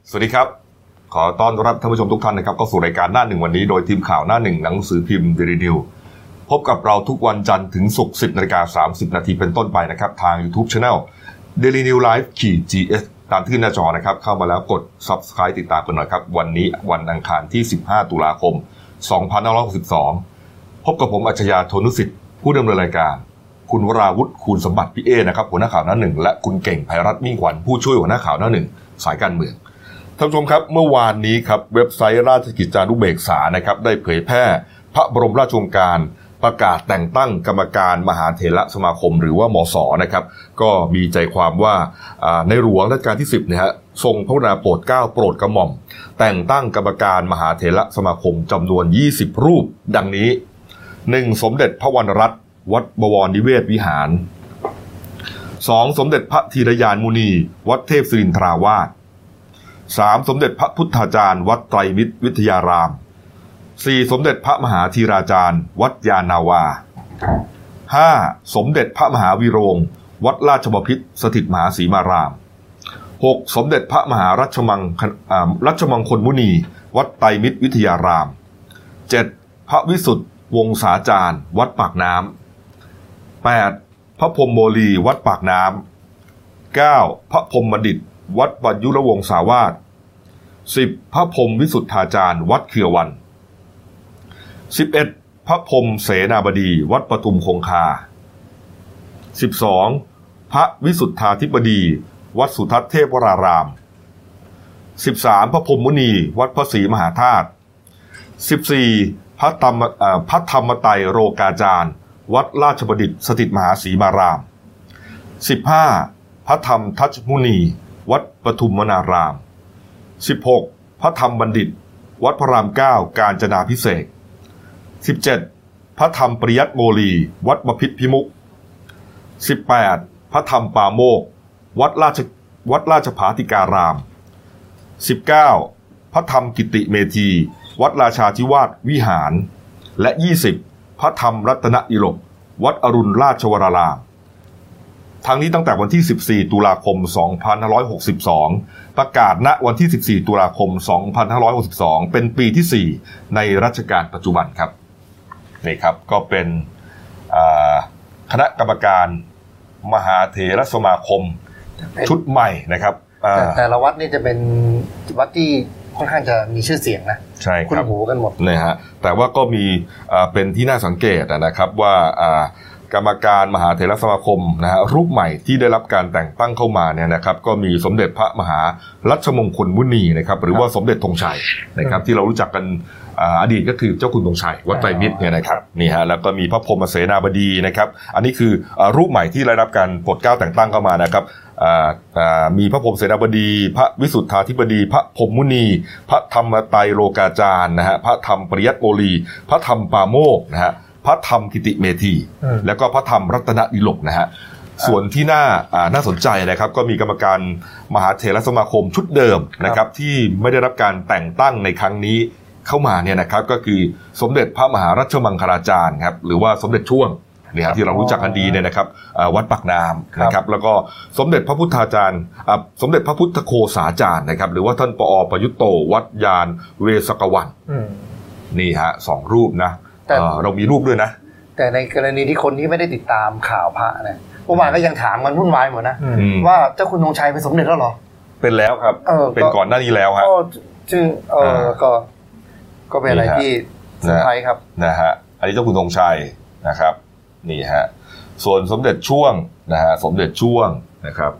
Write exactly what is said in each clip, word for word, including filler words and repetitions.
สวัสดีครับขอต้อนรับท่านผู้ชมทุกท่านนะครับเข้าสู่รายการหน้าหนึ่งวันนี้โดยทีมข่าวหน้าหนึ่งหนังสือพิมพ์ Daily News พบกับเราทุกวันจันทร์ถึงศุกร์ สิบนาฬิกาสามสิบนาทีเป็นต้นไปนะครับทาง YouTube Channel Daily News Live จี เอส ตามที่หน้าจอนะครับเข้ามาแล้วกด Subscribe ติดตามกันหน่อยครับวันนี้วันอังคารที่สิบห้าตุลาคมสองพันห้าร้อยหกสิบสองพบกับผมอัจฉริยะ โทนุสิทธิ์ผู้ดำเนินรายการคุณวราวุฒิคูณสมบัติพี่เอนะครับหัวหน้าข่าวหน้าหนึ่งและคุณเก่งไพรัตน์มิ่งขวัญผู้ช่วยหัวหน้าข่าวหน้าหนึ่งสายการเมืองท่านผู้ชมครับเมื่อวานนี้ครับเว็บไซต์ราชกิจจานุเบกษานะครับได้เผยแพร่พระบรมราชโองการประกาศแต่งตั้งกรรมการมหาเถรสมาคมหรือว่ามส.นะครับก็มีใจความว่าในหลวงรัชกาลที่สิบเนี่ยฮะทรงพระกรุณาโปรดเกล้าโปรดกระหม่อมแต่งตั้งกรรมการมหาเถรสมาคมจำนวนยี่สิบรูปดังนี้หนึ่งสมเด็จพระวรรณรัตน์วัดบวรนิเวศวิหารสองสมเด็จพระธีรยานมุนีวัดเทพศิรินทราวาสสามสมเด็จพระพุทธาจารย์วัดไตรมิตรวิทยารามสี่สมเด็จพระมหาธีราจารย์วัดยานาวาห้าสมเด็จพระมหาวิโรงวัดราชบพิตรสถิตมหาสีมารามหกสมเด็จพระมหารัชมังรัชมังคลมุนีวัดไตรมิตรวิทยารามเจ็ดพระวิสุทธิวงศาจารย์วัดปากน้ำแปดพระพรหมโมลีวัดปากน้ำเก้าพระพรหมบัณฑิตวัดปัญญุรวงศาวาสสิบพระพรหมวิสุทธาจารย์วัดเขื่อวันสิบเอ็ดพระพรหมเสนาบดีวัดปทุมคงคาสิบสองพระวิสุทธาธิบดีวัดสุทัศน์เทพวรารามสิบสามพระพรหมมุนีวัดพระศรีมหาธาตุสิบสี่พระธรรมพระธรรมไตรโรกาจารย์วัดราชบดิตรสถิตมหาสีมารามสิบห้าพระธรรมทัชมุนีวัดปทุมวนารามสิบหกพระธรรมบัณฑิตวัดพระรามเก้ากาญจนาภิเษกสิบเจ็ดพระธรรมปริยัติโมลีวัดบพิตรพิมุขสิบแปดพระธรรมปาโมกข์วัดราชวัดราชภาติการามสิบเก้าพระธรรมกิติเมธีวัดราชาธิวาสวิหารและยี่สิบพระธรรมรัตนดิลกวัดอรุณราชวรารามทั้งนี้ตั้งแต่วันที่สิบสี่ตุลาคมสองพันห้าร้อยหกสิบสองประกาศณวันที่สิบสี่ตุลาคมสองพันห้าร้อยหกสิบสองเป็นปีที่สี่ในรัชกาลปัจจุบันครับนี่ครับก็เป็นคณะกรรมการมหาเถรสมาคมชุดใหม่นะครับแต่แต่ละวัดนี่จะเป็นวัดที่ค่อนข้างจะมีชื่อเสียงนะใช่ครับคุ้นหูกันหมดนะฮะแต่ว่าก็มีเป็นที่น่าสังเกตนะครับว่ากรรมการมหาเถรสมาคมนะฮะรูปใหม่ที่ได้รับการแต่งตั้งเข้ามาเนี่ยนะครับก็มีสมเด็จพระมหารัชมงคลมุนีนะครับหรือว่าสมเด็จธงชัยนะครับที่เรารู้จักกันอดีตก็คือเจ้าคุณธงชัยวัดไตรมิตรเนี่ยนะครับนี่ฮะแล้วก็มีพระพรหมเสนาบดีนะครับอันนี้คือรูปใหม่ที่ได้รับการโปรดเกล้าแต่งตั้งเข้ามานะครับมีพระพรหมเสนาบดีพระวิสุทธาธิบดีพระพรหมมุนีพระธรรมไตรโลกาจารย์นะฮะพระธรรมปริยัติโมลีพระธรรมปาโมกข์นะฮะพระธรรมกิติเมธีแล้วก็พระธรรมรัตนดิลกนะฮะส่วนที่น่าน่าสนใจนะครับก็มีกรรมการมหาเถรสมาคมชุดเดิมนะครับที่ไม่ได้รับการแต่งตั้งในครั้งนี้เข้ามาเนี่ยนะครับก็คือสมเด็จพระมหารัชมังคลาจารย์ครับหรือว่าสมเด็จช่วงเนี่ยที่เรารู้จักกันดีเนี่ยนะครับวัดปากน้ำนะครับแล้วก็สมเด็จพระพุทธาจารย์สมเด็จพระพุทธโฆษาจารย์นะครับหรือว่าท่านปอประยุตโตวัดยานเวสกวันนี่ฮะสองรูปนะเรามีรูปด้วยนะแต่ในกรณีที่คนที่ไม่ได้ติดตามข่าวพระเนี่ยเมื่อวานก็ยังถามกันวุ่นวายหมดนะว่าเจ้าคุณธงชัยเป็นสมเด็จแล้วเหรอเป็นแล้วครับเป็นก่อนหน้านี้แล้วฮะจึงเออก็ก็เป็นอะไรที่เซอร์ไพรส์ครับนะฮะอันนี้เจ้าคุณธงชัยนะครับนี่ฮะส่วนสมเด็จช่วงนะฮะสมเด็จช่วงนะครับ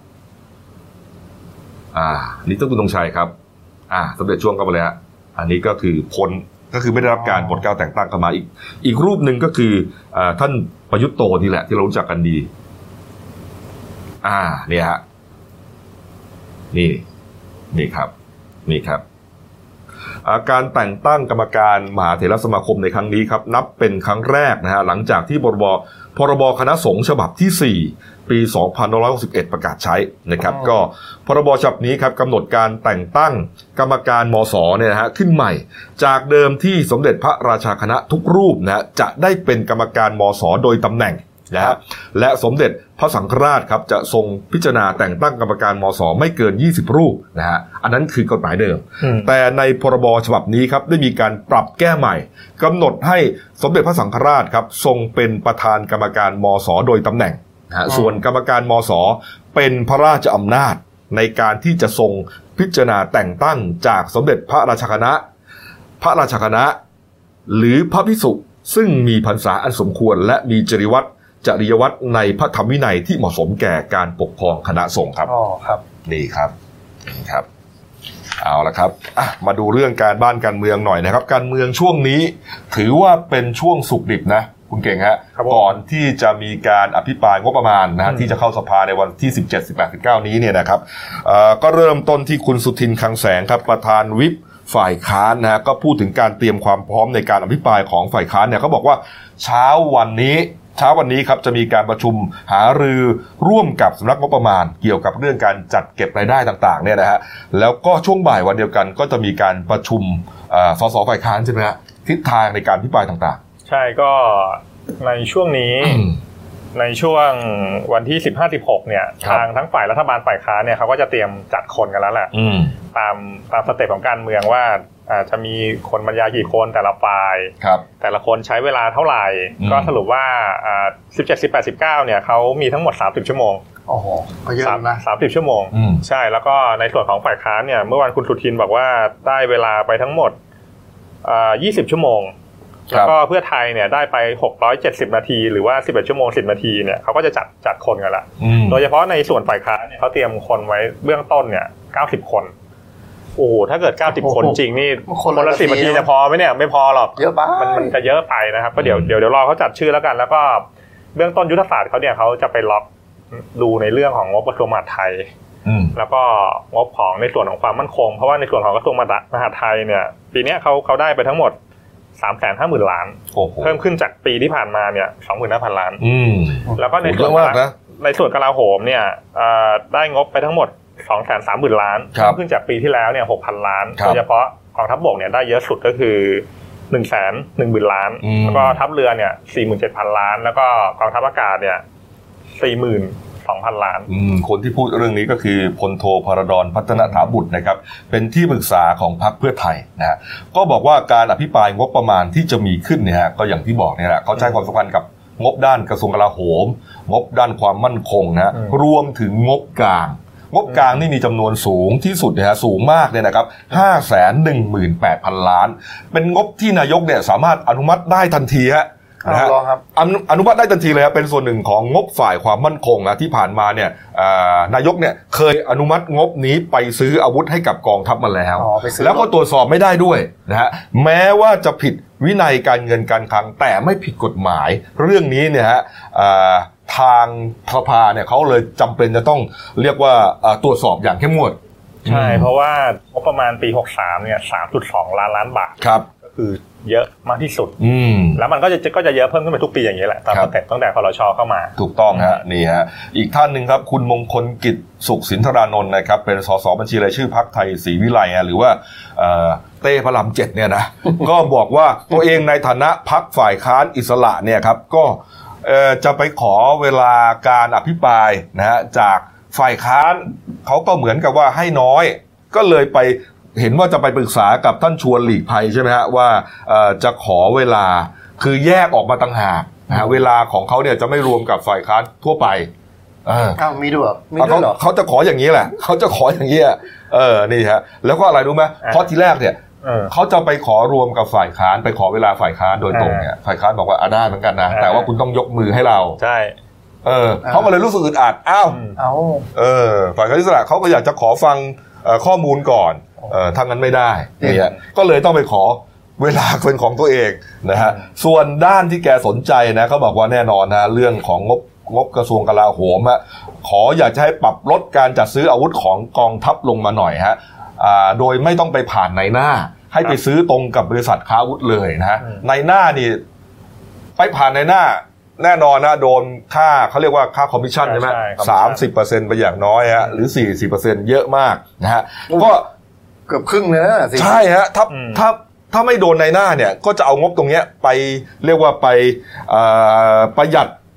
อ่านี่เจ้าคุณธงชัยครับอ่าสมเด็จช่วงก็มาเลยฮะอันนี้ก็คือพ้นก็คือไม่ได้รับการโปรดเกล้าแต่งตั้งเข้ามาอีกอีกรูปหนึ่งก็คืออ่าท่านประยุตโตนี่แหละที่เรารู้จักกันดีอ่าเนี่ยฮะนี่นี่ครับนี่ครับการแต่งตั้งกรรมการมหาเถรสมาคมในครั้งนี้ครับนับเป็นครั้งแรกนะฮะหลังจากที่พรบพรบคณะสงฆ์ฉบับที่สี่ปีสองพันห้าร้อยหกสิบเอ็ดประกาศใช้นะครับก็พรบฉบับนี้ครับกำหนดการแต่งตั้งกรรมการมส.เนี่ยนะฮะขึ้นใหม่จากเดิมที่สมเด็จพระราชาคณะทุกรูปนะฮะจะได้เป็นกรรมการมส.โดยตำแหน่งนะฮะและสมเด็จพระสังฆราชครับจะทรงพิจารณาแต่งตั้งกรรมการมส.ไม่เกินยี่สิบรูปนะฮะอันนั้นคือกฎหมายเดิมแต่ในพรบฉบับนี้ครับได้มีการปรับแก้ใหม่กำหนดให้สมเด็จพระสังฆราชครับทรงเป็นประธานกรรมการมส.โดยตำแหน่งนะฮะส่วนกรรมการมส.เป็นพระราชอำนาจในการที่จะทรงพิจารณาแต่งตั้งจากสมเด็จพระราชคณะพระราชคณะหรือพระภิกษุซึ่งมีพรรษาอันสมควรและมีจริยวัตรจริยวัตรในพระธรรมวินัยที่เหมาะสมแก่การปกครองคณะสงฆ์ครับอ๋อครับนี่ครับนี่ครับเอาละครับอ่ะมาดูเรื่องการบ้านการเมืองหน่อยนะครับการเมืองช่วงนี้ถือว่าเป็นช่วงสุกดิบนะคุณเก่งฮะก่อนที่จะมีการอภิปรายงบประมาณนะฮะที่จะเข้าสภาในวันที่สิบเจ็ด สิบแปด สิบเก้านี้เนี่ยนะครับเอ่อก็เริ่มต้นที่คุณสุทินคลังแสงครับประธานวิปฝ่ายค้านนะก็พูดถึงการเตรียมความพร้อมในการอภิปรายของฝ่ายค้านเนี่ยเขาบอกว่าเช้าวันนี้เช้าวันนี้ครับจะมีการประชุมหารือร่วมกับสำนักงบประมาณเกี่ยวกับเรื่องการจัดเก็บรายได้ต่างๆเนี่ยนะฮะแล้วก็ช่วงบ่ายวันเดียวกันก็จะมีการประชุมสสฝ่ายค้านใช่ไหมฮะทิศทางในการอภิปรายต่างๆใช่ก็ในช่วงนี้ในช่วงวันที่สิบห้า สิบหกเนี่ยทางทั้งฝ่ายรัฐบาลฝ่ายค้านเนี่ยเขาก็จะเตรียมจัดคนกันแล้วแหละตามตามสเต็ปของการเมืองว่าจะมีคนบรรยายกี่คนแต่ละฝ่ายแต่ละคนใช้เวลาเท่าไหร่ก็สรุปว่าสิบเจ็ด สิบแปด สิบเก้าเนี่ยเขามีทั้งหมดสามสิบชั่วโมงโอ้โหก็เยอะนะสามสิบชั่วโมงใช่แล้วก็ในส่วนของฝ่ายค้านเนี่ยเมื่อวานคุณสุทินบอกว่าได้เวลาไปทั้งหมดยี่สิบชั่วโมงแล้วก็เพื่อไทยเนี่ยได้ไปหกร้อยเจ็ดสิบนาทีหรือว่าสิบเอ็ดชั่วโมงสิบนาทีเนี่ยเขาก็จะจัดจัดคนกันละโดยเฉพาะในส่วนฝ่ายค้านเนี่ยเขาเตรียมคนไว้เบื้องต้นเนี่ยเก้าสิบคนโอ้โหถ้าเกิดเก้าสิบคนจริงนี่คนละสิบนาทีจะพอไหมเนี่ยไม่พอหรอกเยอะไปมันมันจะเยอะไปนะครับก็เดี๋ยวเดี๋ยวเดี๋ยวรอเขาจัดชื่อแล้วกันแล้วก็เบื้องต้นยุทธศาสตร์เขาเนี่ยเขาจะไปล็อกดูในเรื่องของงบกระทรวงมหาดไทยแล้วก็งบของในส่วนของความมั่นคงเพราะว่าในส่วนของกระทรวงมหาดไทยเนี่ยปีนี้เขาเขาได้ไปทั้งหมดสามแสนห้าหมื่นล้านเพิ่มขึ้นจากปีที่ผ่านมาเนี่ยสองหมื่นห้าพันล้านแล้วก็ในส่วนในส่วนกลาโหมเนี่ยได้งบไปทั้งหมดสองแสนสามหมื่นล้านเพิ่มขึ้นจากปีที่แล้วเนี่ยหกพันล้านโดยเฉพาะกองทัพบกเนี่ยได้เยอะสุดก็คือหนึ่งแสนหนึ่งหมื่นล้านแล้วก็ทัพเรือเนี่ยสี่หมื่นเจ็ดพันล้านแล้วก็กองทัพอากาศเนี่ยสี่หมื่นสองพันล้านคนที่พูดเรื่องนี้ก็คือพลโทพรดรพัฒนถาบุตรนะครับเป็นที่ปรึกษาของพรรคเพื่อไทยนะฮะก็บอกว่าการอภิปรายงบประมาณที่จะมีขึ้นเนี่ยฮะก็อย่างที่บอกเนี่ยแหละเขาใช้ความสำคัญกับงบด้านกระทรวงกลาโหมงบด้านความมั่นคงนะฮะรวมถึงงบกลางงบกลางนี่มีจำนวนสูงที่สุดนะฮะสูงมากเนี่ยนะครับ ห้าแสนหนึ่งหมื่นแปดพัน ล้านเป็นงบที่นายกเนี่ยสามารถอนุมัติได้ทันทีฮะนะฮะอนุมัติได้ทันทีเลยครับเป็นส่วนหนึ่งของงบฝ่ายความมั่นคงนะที่ผ่านมาเนี่ยนายกเนี่ยเคยอนุมัติงบนี้ไปซื้ออาวุธให้กับกองทัพมาแล้วแล้วก็ตรวจสอบไม่ได้ด้วยนะฮะแม้ว่าจะผิดวินัยการเงินการคลังแต่ไม่ผิดกฎหมายเรื่องนี้เนี่ยฮะทางสภาเนี่ยเขาเลยจำเป็นจะต้องเรียกว่าตรวจสอบอย่างเข้มงวดใช่เพราะว่างบประมาณปีหกสิบสามเนี่ย สามจุดสอง ล้านล้านบาทครับก็คือเยอะมากที่สุดแล้วมันก็จะก็จะเยอะเพิ่มขึ้นไปทุกปีอย่างนี้แหละตามสเต็ปตั้งแต่ครช.เข้ามาถูกต้องฮะนี่ฮะอีกท่านหนึ่งครับคุณมงคลกิจสุขสินธารานนท์นะครับเป็นสสบัญชีรายชื่อพรรคไทยศรีวิไลหรือว่าเต้พระรามเจ็ดเนี่ยนะ ก็บอกว่าตัวเองในฐานะพรรคฝ่ายค้านอิสระเนี่ยครับก็จะไปขอเวลาการอภิปรายนะฮะจากฝ่ายค้านเขาก็เหมือนกับว่าให้น้อยก็เลยไปเห็นว่าจะไปปรึกษากับท่านชวนหลีกภัยใช่ไหมฮะว่าจะขอเวลาคือแยกออกมาต่างหากนะฮะเวลาของเขาเนี่ยจะไม่รวมกับฝ่ายค้านทั่วไปอ้าวมีด้วยมีด้วยเหรอเขาจะขออย่างนี้แหละเขาจะขออย่างนี้เออนี่ฮะแล้วก็อะไรรู้ไหมเพราะทีแรกเนี่ยเขาจะไปขอรวมกับฝ่ายค้านไปขอเวลาฝ่ายค้านโดยตรงเนี่ยฝ่ายค้านบอกว่าอ่ะได้เหมือนกันนะแต่ว่าคุณต้องยกมือให้เราใช่เออเขาก็เลยรู้สึกอึดอัดอ้าวเออฝ่ายค้านอิสระเขาก็อยากจะขอฟังข้อมูลก่อนเอ่อทางนั้นไม่ได้เนี่ยก็เลยต้องไปขอเวลาเป็นของตัวเองนะฮะส่วนด้านที่แกสนใจนะเขาบอกว่าแน่นอนนะเรื่องของงบงบกระทรวงกลาโหมฮะขออยากจะให้ปรับลดการจัดซื้ออาวุธของกองทัพลงมาหน่อยฮะอ่าโดยไม่ต้องไปผ่านในหน้าให้ไปซื้อตรงกับบริษัทค้าอาวุธเลยนะฮะในหน้านี่ไปผ่านในหน้าแน่นอนนะโดนค่าเขาเรียกว่าค่าคอมมิชชั่นใช่ไหมสามสิบเปอร์เซ็นต์ไปอย่างน้อยฮะหรือสี่สิบเปอร์เซ็นต์เยอะมากนะฮะก็เกือบครึ่งเลยนะใช่ฮะถ้าถ้าถ้าไม่โดนในหน้าเนี่ยก็จะเอางบตรงเนี้ยไปเรียกว่าไปประหยัด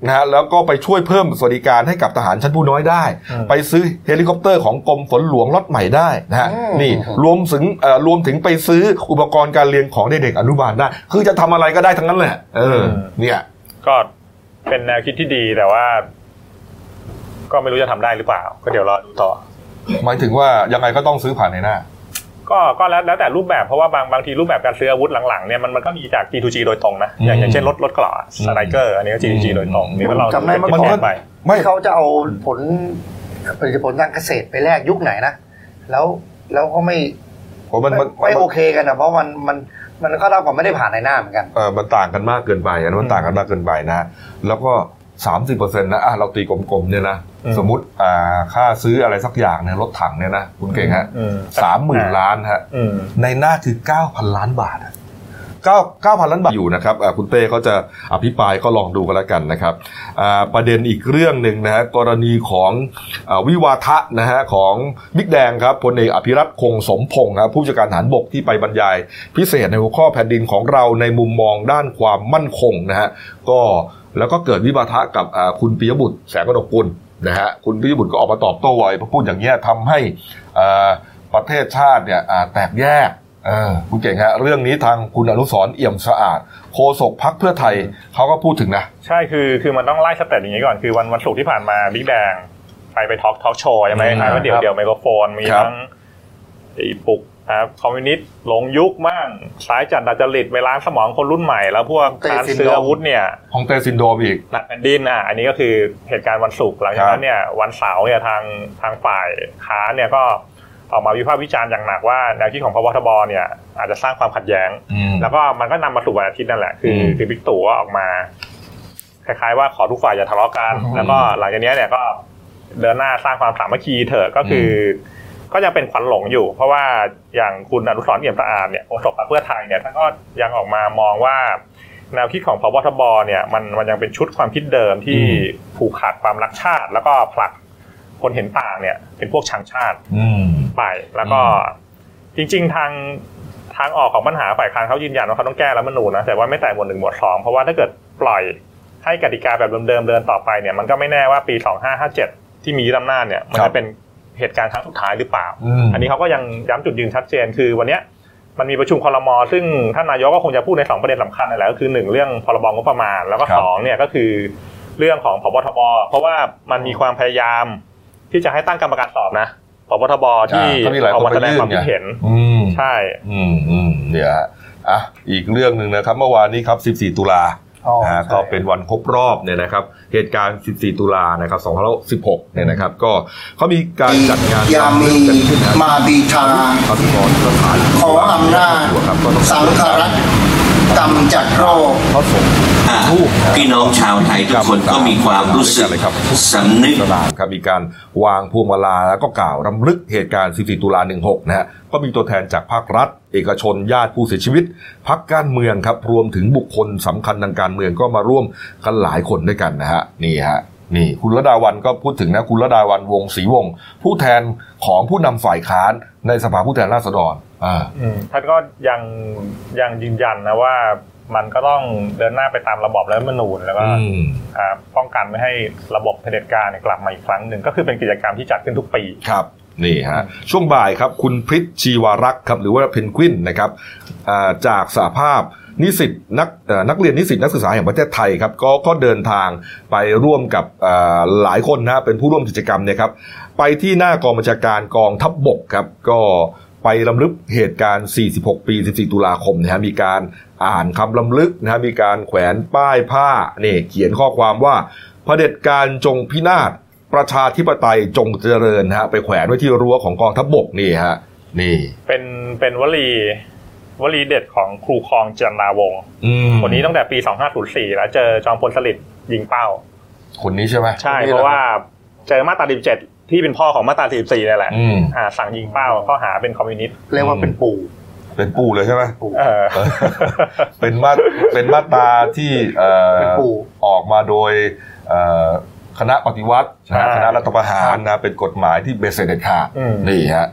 นะฮะแล้วก็ไปช่วยเพิ่มสวัสดิการให้กับทหารชั้นผู้น้อยได้ไปซื้อเฮลิคอปเตอร์ของกรมฝนหลวงล็อตใหม่ได้นะฮะนี่รวมถึงเอ่อรวมถึงไปซื้ออุปกรณ์การเรียนของเด็กๆอนุบาลได้คือจะทำอะไรก็ได้ทั้งนั้นแหละเออเนี่ยก็เป็นแนวคิดที่ดีแต่ว่าก็ไม่รู้จะทำได้หรือเปล่าก็เดี๋ยวรอดูต่อหมายถึงว่ายังไงก็ต้องซื้อผ่านในหน้าก็ก็แล้วแล้วแต่รูปแบบเพราะว่าบางบางทีรูปแบบการซื้ออาวุธหลังๆเนี่ยมันมันก็มีจาก จี ทู จี โดยตรงนะอย่างอย่างเช่นรถรถเกราะสไนเปอร์อันนี้ก็ จี ทู จี โดยตรงนี่เราจำได้มันก็ไปไม่เขาจะเอาผลผลิตผลทางเกษตรไปแลกยุคไหนนะแล้วแล้วก็ไม่มันไม่โอเคกันนะเพราะมันมันมันก็เท่ากับไม่ได้ผ่านในหน้าเหมือนกันเออมันต่างกันมากเกินไปอันมันต่างกันมากเกินไปนะแล้วก็ สามสิบเปอร์เซ็นต์ นะอ่ะเราตีกลมๆเนี่ยนะสมมุติอ่าค่าซื้ออะไรสักอย่างเนี่ยรถถังเนี่ยนะคุณเก่งฮะ สามหมื่น ล้านฮะในหน้าคือ เก้าพัน ล้านบาทเก้า เก้าพัน ล้านบาทอยู่นะครับคุณเต้เขาจะอภิปรายก็ลองดูกันแล้วกันนะครับประเด็นอีกเรื่องนึงนะฮะกรณีของวิวาทะนะฮะของบิ๊กแดงครับพลเอกอภิรัตคงสมพงษ์ครับผู้จัดการทหารบกที่ไปบรรยายพิเศษในหัวข้อแผ่นดินของเราในมุมมองด้านความมั่นคงนะฮะก็แล้วก็เกิดวิวาทะกับคุณปิยบุตรแสงกนกกุลนะฮะคุณปิยบุตรก็ออกมาตอบโต้ไว้พูดอย่างเงี้ยทำให้ประเทศชาติเนี่ยแตกแยกเออคุณเก่งฮะเรื่องนี้ทางคุณอนุสรณ์เอี่ยมสะอาดโฆษกพรรคเพื่อไทยเขาก็พูดถึงนะใช่คือคือมันต้องไล่สเต็ปอย่างนี้ก่อนคือวันวันศุกร์ที่ผ่านมาบิ๊กแดงไปไปทอล์กทอล์กโชว์ใช่ไหมใช่ว่าเดี๋ยวเดี๋ยวไมโครโฟนมีทั้งไอ้ปุกครับคอมมิวนิสต์หลงยุคมั่งสายจัดดัดจริตไปล้างสมองคนรุ่นใหม่แล้วพวกการซื้ออาวุธเนี่ยฮองเต้ซินโดรมอีกหนักแผ่นดินอ่ะอันนี้ก็คือเหตุการณ์วันศุกร์หลังจากนั้นเนี่ยวันเสาร์เนี่ยทางทางฝ่ายค้านเนี่ยก็ออกมาวิพากษ์วิจารณ์อย่างหนักว่าแนวคิดของพบทบเนี่ยอาจจะสร้างความขัดแย้งแล้วก็มันก็นำมาสู่วันอาทิตย์นั่นแหละคือคือบิ๊กตู่ก็ออกมาคล้ายๆว่าขอทุกฝ่ายอย่าทะเลาะกันแล้วก็หลังจากนี้เนี่ยก็เดินหน้าสร้างความสามัคคีเถอะก็คือก็ยังเป็นขวัญหลงอยู่เพราะว่าอย่างคุณอนุสรณ์เอี่ยมสะอาดเนี่ยโฆษกพรรคเพื่อไทยเนี่ยท่านก็ยังออกมามองว่าแนวคิดของพบทบเนี่ยมันมันยังเป็นชุดความคิดเดิมที่ผูกขาดความรักชาติแล้วก็ผลักคนเห็นต่างเนี่ยเป็นพวกชังชาติไปแล้วก็จริงๆทางทางออกของปัญหาฝ่ายค้านเขายืนยันว่าเขาต้องแก้รัฐธรรมนูญนะแต่ว่าไม่แต่หมวดหนึ่งหมวดสองเพราะว่าถ้าเกิดปล่อยให้กติกาแบบเดิมๆเดินต่อไปเนี่ยมันก็ไม่แน่ว่าปีสองพันห้าร้อยห้าสิบเจ็ดที่มีอำนาจเนี่ยมันจะเป็นเหตุการณ์ครั้งสุดท้ายหรือเปล่า อ, อันนี้เขาก็ยังย้ำจุดยืนชัดเจนคือวันนี้มันมีประชุมครม.ซึ่งท่านนายกก็คงจะพูดในสองประเด็นสำคัญนั่นแหละก็คือหนึ่งเรื่องพรบงบประมาณแล้วก็สองเนี่ยก็คือเรื่องของพบทบเพราะว่ามันมีความพยายามที่จะให้ตั้งกรรมการสอบนะพบทบที่ออกมาแสดงความคิดเห็นใช่อืมอืมเนี่ยอ่ะอีกเรื่องนึงนะครับเมื่อวานนี้ครับสิบสี่ตุลานะก็เป็นวันครบรอบเนี่ยนะครับเหตุการณ์สิบสี่ตุลานะครับสองพันห้าร้อยสิบหกเนี่ยนะครับก็เขามีการจัดงานยามีมาบีทาขออำนาจสังฆรัตน์กำจัดโรคพี่น้องชาวไทยทุกคนก็มีความรู้สึกสำนึกครับมีการวางพวงมาลาแล้วก็กล่าวรำลึกเหตุการณ์สิบสี่ตุลาหนึ่งหกนะฮะก็มีตัวแทนจากภาครัฐเอกชนญาติผู้เสียชีวิตพรรคการเมืองครับรวมถึงบุคคลสำคัญทางการเมืองก็มาร่วมกันหลายคนด้วยกันนะฮะนี่ฮะนี่คุณระดาวันก็พูดถึงนะคุณระดาวันวงศ์ศรีวงศ์ผู้แทนของผู้นำฝ่ายค้านในสภาผู้แทนราษฎรอ่าท่านก็ยังยังยืนยันนะว่ามันก็ต้องเดินหน้าไปตามระบอบรัฐธรรมนูญแล้วก็ป้องกันไม่ให้ระบบเผด็จการกลับมาอีกครั้งหนึ่งก็คือเป็นกิจกรรมที่จัดขึ้นทุกปีครับนี่ฮะช่วงบ่ายครับคุณพฤษชีวารักษ์ครับหรือว่าเพนกวินนะครับจากสหภาพนิสิตนักนักเรียนนิสิตนักศึกษาแห่งประเทศไทยครับก็ก็เดินทางไปร่วมกับหลายคนนะเป็นผู้ร่วมกิจกรรมเนี่ยครับไปที่หน้ากองบัญชาการกองทัพบกครับก็ไปรำลึกเหตุการณ์สี่สิบหกปีสิบสี่ตุลาคมนะฮะมีการอ่านคำรำลึกนะฮะมีการแขวนป้ายผ้านี่เขียนข้อความว่าเผด็จการจงพินาศประชาธิปไตยจงเจริญฮะไปแขวนไว้ที่รั้วของกองทัพบกนี่ฮะนี่เป็นเป็นวลีวลีเด็ดของครูครองจันทราวงศ์คนนี้ตั้งแต่ปีสองพันห้าร้อยสี่แล้วเจอจอมพลสฤษดิ์ยิงเป้าคนนี้ใช่ไหมใช่เพราะว่าเจอมาตราสิบเจ็ดที่เป็นพ่อของมาตราสี่สิบสี่นี่แหละอ่าสั่งยิงเป้าข้อหาเป็นคอมมิวนิสต์เรียกว่าเป็นปู่เป็นปู่เลยใช่ไหมเออเป็นมาเป็นมาตราที่เอ่อออกมาโดยเอ่อคณะปฏิวัติคณะรัฐประหารนะเป็นกฎหมายที่เบสเด็ดขาดนี่ฮะ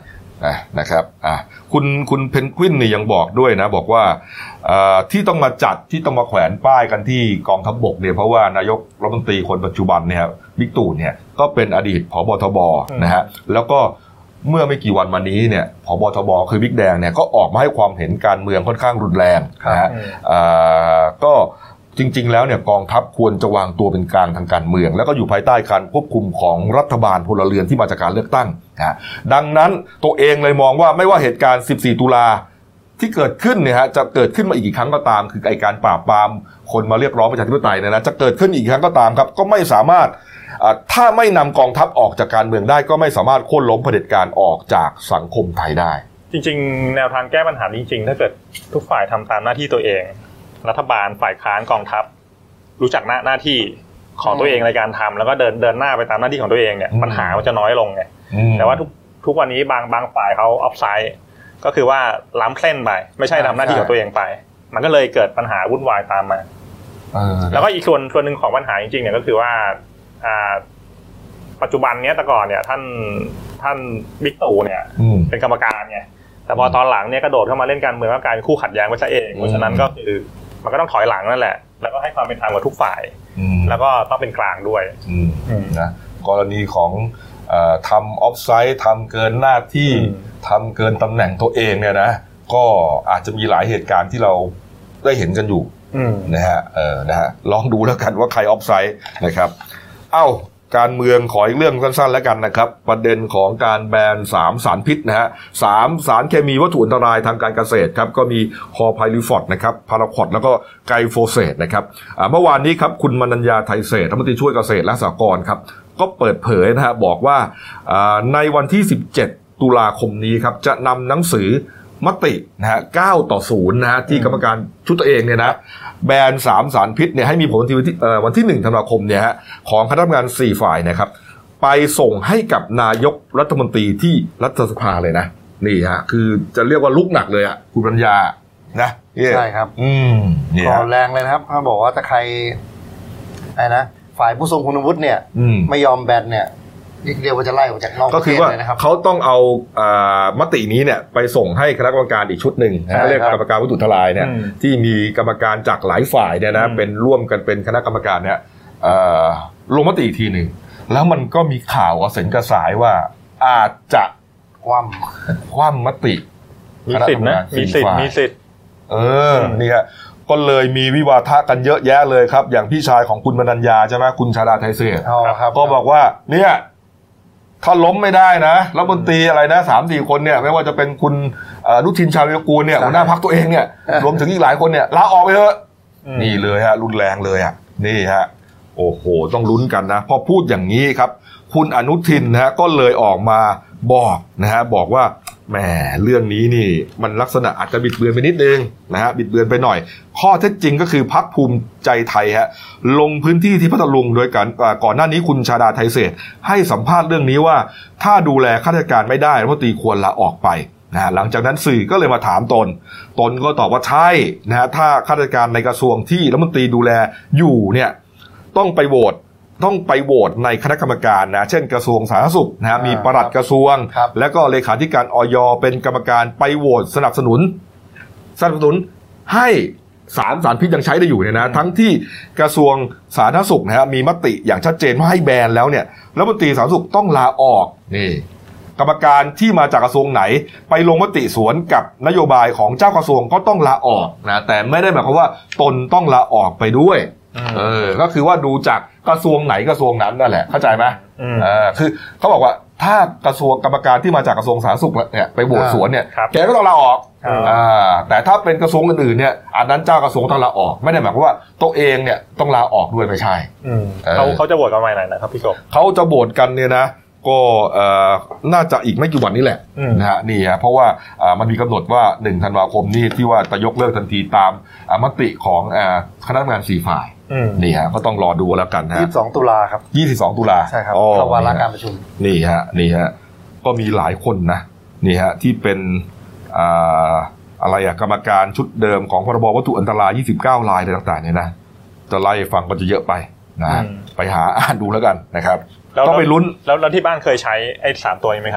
นะครับอ่ะคุณคุณเพนกวินนี่ยังบอกด้วยนะบอกว่าที่ต้องมาจัดที่ต้องมาแขวนป้ายกันที่กองทัพบกเนี่ยเพราะว่านายกรัฐมนตรีคนปัจจุบันเนี่ยบิ๊กตู่เนี่ยก็เป็นอดีตผบทบนะฮะแล้วก็เมื่อไม่กี่วันมานี้เนี่ยผบทบคือบิ๊กแดงเนี่ยก็ออกมาให้ความเห็นการเมืองค่อนข้างรุนแรงนะฮะก็จริงๆแล้วเนี่ยกองทัพควรจะวางตัวเป็นกลางทางการเมืองแล้วก็อยู่ภายใต้การควบคุมของรัฐบาลพลเรือนที่มาจากการเลือกตั้งนะดังนั้นตัวเองเลยมองว่าไม่ว่าเหตุการณ์สิบสี่ตุลาที่เกิดขึ้นเนี่ยฮะจะเกิดขึ้นมาอีกกี่ครั้งก็ตามคือไอ้การปราบปรามคนมาเรียกร้องประชาธิปไตยเนี่ยนะจะเกิดขึ้นอีกครั้งก็ตามครับก็ไม่สามารถถ้าไม่นำกองทัพออกจากการเมืองได้ก็ไม่สามารถโค่นล้มเผด็จการออกจากสังคมไทยได้จริงๆแนวทางแก้ปัญหาจริงๆถ้าเกิดทุกฝ่ายทำตามหน้าที่ตัวเองรัฐบาลฝ่ายค้านกองทัพรู้จักหน้าหน้าที่ของตัวเองในการทำแล้วก็เดินเดินหน้าไปตามหน้าที่ของตัวเองเนี่ยปัญหามันจะน้อยลงไงแต่ว่าทุกทุกวันนี้บางบางฝ่ายเขาออฟไซด์ก็คือว่าล้ำเส้นไปไม่ใช่ทำหน้าที่ของตัวเองไปมันก็เลยเกิดปัญหาวุ่นวายตามมาแล้วก็อีกส่วนส่วนหนึ่งของปัญหาจริงๆเนี่ยก็คือว่าอ่าปัจจุบันเนี้ยแต่ก่อนเนี่ยท่านท่านบิ๊กตู่เนี่ยเป็นกรรมการไงแต่พอตอนหลังเนี่ยกระโดดเข้ามาเล่นการเมืองก็กลายเป็นคู่ขัดแย้งไปซะเองเพราะฉะนั้นก็คือมันก็ต้องถอยหลังนั่นแหละแล้วก็ให้ความเป็นธรรมกับทุกฝ่ายแล้วก็ต้องเป็นกลางด้วยนะกรณีของทำออฟไซด์ทำเกินหน้าที่ทำเกินตำแหน่งตัวเองเนี่ยนะก็อาจจะมีหลายเหตุการณ์ที่เราได้เห็นกันอยู่นะฮะเออนะฮะลองดูแล้วกันว่าใครออฟไซด์นะครับเอ้าการเมืองขออีกเรื่องสั้นๆแล้วกันนะครับประเด็นของการแบนสามสารพิษนะฮะสามสารเคมีวัตถุอันตรายทางการเกษตรครับก็มีคอไพลิฟอดนะครับพาราควอดแล้วก็ไกลโฟเสตนะครับเมื่อวานนี้ครับคุณมนัญญาไทยเศรษฐ์รัฐมนตรีช่วยเกษตรและสหกรณ์ครับก็เปิดเผยนะฮะบอกว่าในวันที่สิบเจ็ดตุลาคมนี้ครับจะนำหนังสือมตินะฮะเก้าต่อศูนย์นะฮะที่กรรมการชุดตัวเองเนี่ยนะแบนสามสารพิษเนี่ยให้มีผลวันที่วันที่หนึ่งธันวาคมเนี่ยฮะของคณะทำงานสี่ฝ่ายนะครับไปส่งให้กับนายกรัฐมนตรีที่รัฐสภาเลยนะนี่ฮะคือจะเรียกว่าลุกหนักเลยอ่ะคุณปัญญานะใช่ครับอืมนี่ก่อนแรงเลยนะครับเขาบอกว่าถ้าใครไอ้นะฝ่ายผู้ทรงคุณวุฒิเนี่ยไม่ยอมแบนเนี่ยเรียกว่าจะไล่ออกจากนอกประเทศเลยนะครับเขาต้องเอามตินี้เนี่ยไปส่งให้คณะกรรมการอีกชุดหนึ่งนะเรียกกรรมการวัตถุทลายเนี่ยที่มีกรรมการจากหลายฝ่ายเนี่ยนะเป็นร่วมกันเป็นคณะกรรมการเนี่ยลงมติอีกทีหนึ่งแล้วมันก็มีข่าวกระเซ็นกระสายว่าอาจจะคว่ำคว่ำมติมีสิทธิ์นะมีสิทธิ์มีสิทธิ์เออเนี่ยก็เลยมีวิวาทะกันเยอะแยะเลยครับอย่างพี่ชายของคุณมนัญญาใช่ไหมคุณชาดาไทยเศรษฐ์ก็บอกว่าเนี่ยถ้าล้มไม่ได้นะรัฐมนตรีอะไรนะสามสี่คนเนี่ยไม่ว่าจะเป็นคุณอนุทินชาญวิรกูลเนี่ยหัวหน้าพรรคตัวเองเนี่ยรวมถึงอีกหลายคนเนี่ยลาออกไปเถอะนี่เลยฮะรุนแรงเลยอ่ะนี่ฮะโอ้โหต้องลุ้นกันนะพอพูดอย่างนี้ครับคุณอนุทินนะก็เลยออกมาบอกนะฮะบอกว่าแหมเรื่องนี้นี่มันลักษณะอาจจะบิดเบือนไปนิดนึงนะฮะบิดเบือนไปหน่อยข้อเท็จจริงก็คือพรรคภูมิใจไทยฮะลงพื้นที่ที่พัทลุงโดยการก่อนหน้านี้คุณชาดาไทยเศรษฐ์ให้สัมภาษณ์เรื่องนี้ว่าถ้าดูแลข้าราชการไม่ได้รัฐมนตรีควรลาออกไปนะหลังจากนั้นสื่อก็เลยมาถามตนตนก็ตอบว่าใช่นะฮะถ้าข้าราชการในกระทรวงที่รัฐมนตรีดูแลอยู่เนี่ยต้องไปโหวตต้องไปโหวตในคณะกรรมการนะเช่นกระทรวงสาธารณสุขนะฮะมีปลัดกระทรวงและก็เลขาธิการอย.เป็นกรรมการไปโหวตสนับสนุนสนับสนุนให้สารสารพิษยังใช้ได้อยู่เนี่ยนะทั้งที่กระทรวงสาธารณสุขนะฮะมีมติอย่างชัดเจนว่าให้แบนแล้วเนี่ยรัฐมนตรีสาธารณสุขต้องลาออกนี่กรรมการที่มาจากกระทรวงไหนไปลงมติสวนกับนโยบายของเจ้ากระทรวงก็ต้องลาออกนะแต่ไม่ได้หมายความว่าตนต้องลาออกไปด้วยเออก็คือว่าดูจากกระทรวงไหนกระทรวงนั้นนั่นแหละเข้าใจไหมเออคือเขาบอกว่าถ้ากระทรวงกรรมการที่มาจากกระทรวงสาธารณสุขเนี่ยไปโหวตสวนเนี่ยแกก็ต้องลาออกอ่าแต่ถ้าเป็นกระทรวงอื่นๆเนี่ยอันนั้นเจ้ากระทรวงต้องลาออกไม่ได้หมายความว่าตัวเองเนี่ยต้องลาออกด้วยไม่ใช่เขาเขาจะโหวตกันวันไหนนะครับพี่กบเขาจะโหวตกันเนี่ยนะก็น่าจะอีกไม่กี่วันนี้แหละนะฮะนี่ฮะเพราะว่ามันมีกำหนดว่าหนึ่งธันวาคมนี้ที่ว่าจะยกเลิกทันทีตามมติของคณะทำงานสี่ฝ่ายนี่ฮะก็ต้องรอดูแล้วกันฮะยี่สิบสองตุลาครับยี่สิบสองตุลาใช่ครับเข้าวาระการประชุมนี่ฮะนี่ฮะก็มีหลายคนนะนี่ฮะที่เป็นอะไรอะกรรมการชุดเดิมของพรบวัตถุอันตรายยี่สิบเก้ารายอะไรต่างๆเนี่ยนะจะไล่ฟังก็จะเยอะไปนะไปหาอ่านดูแล้วกันนะครับต้องไปลุ้นแล้วแล้วที่บ้านเคยใช้ไอ้สามตัวนี้ไหมครับ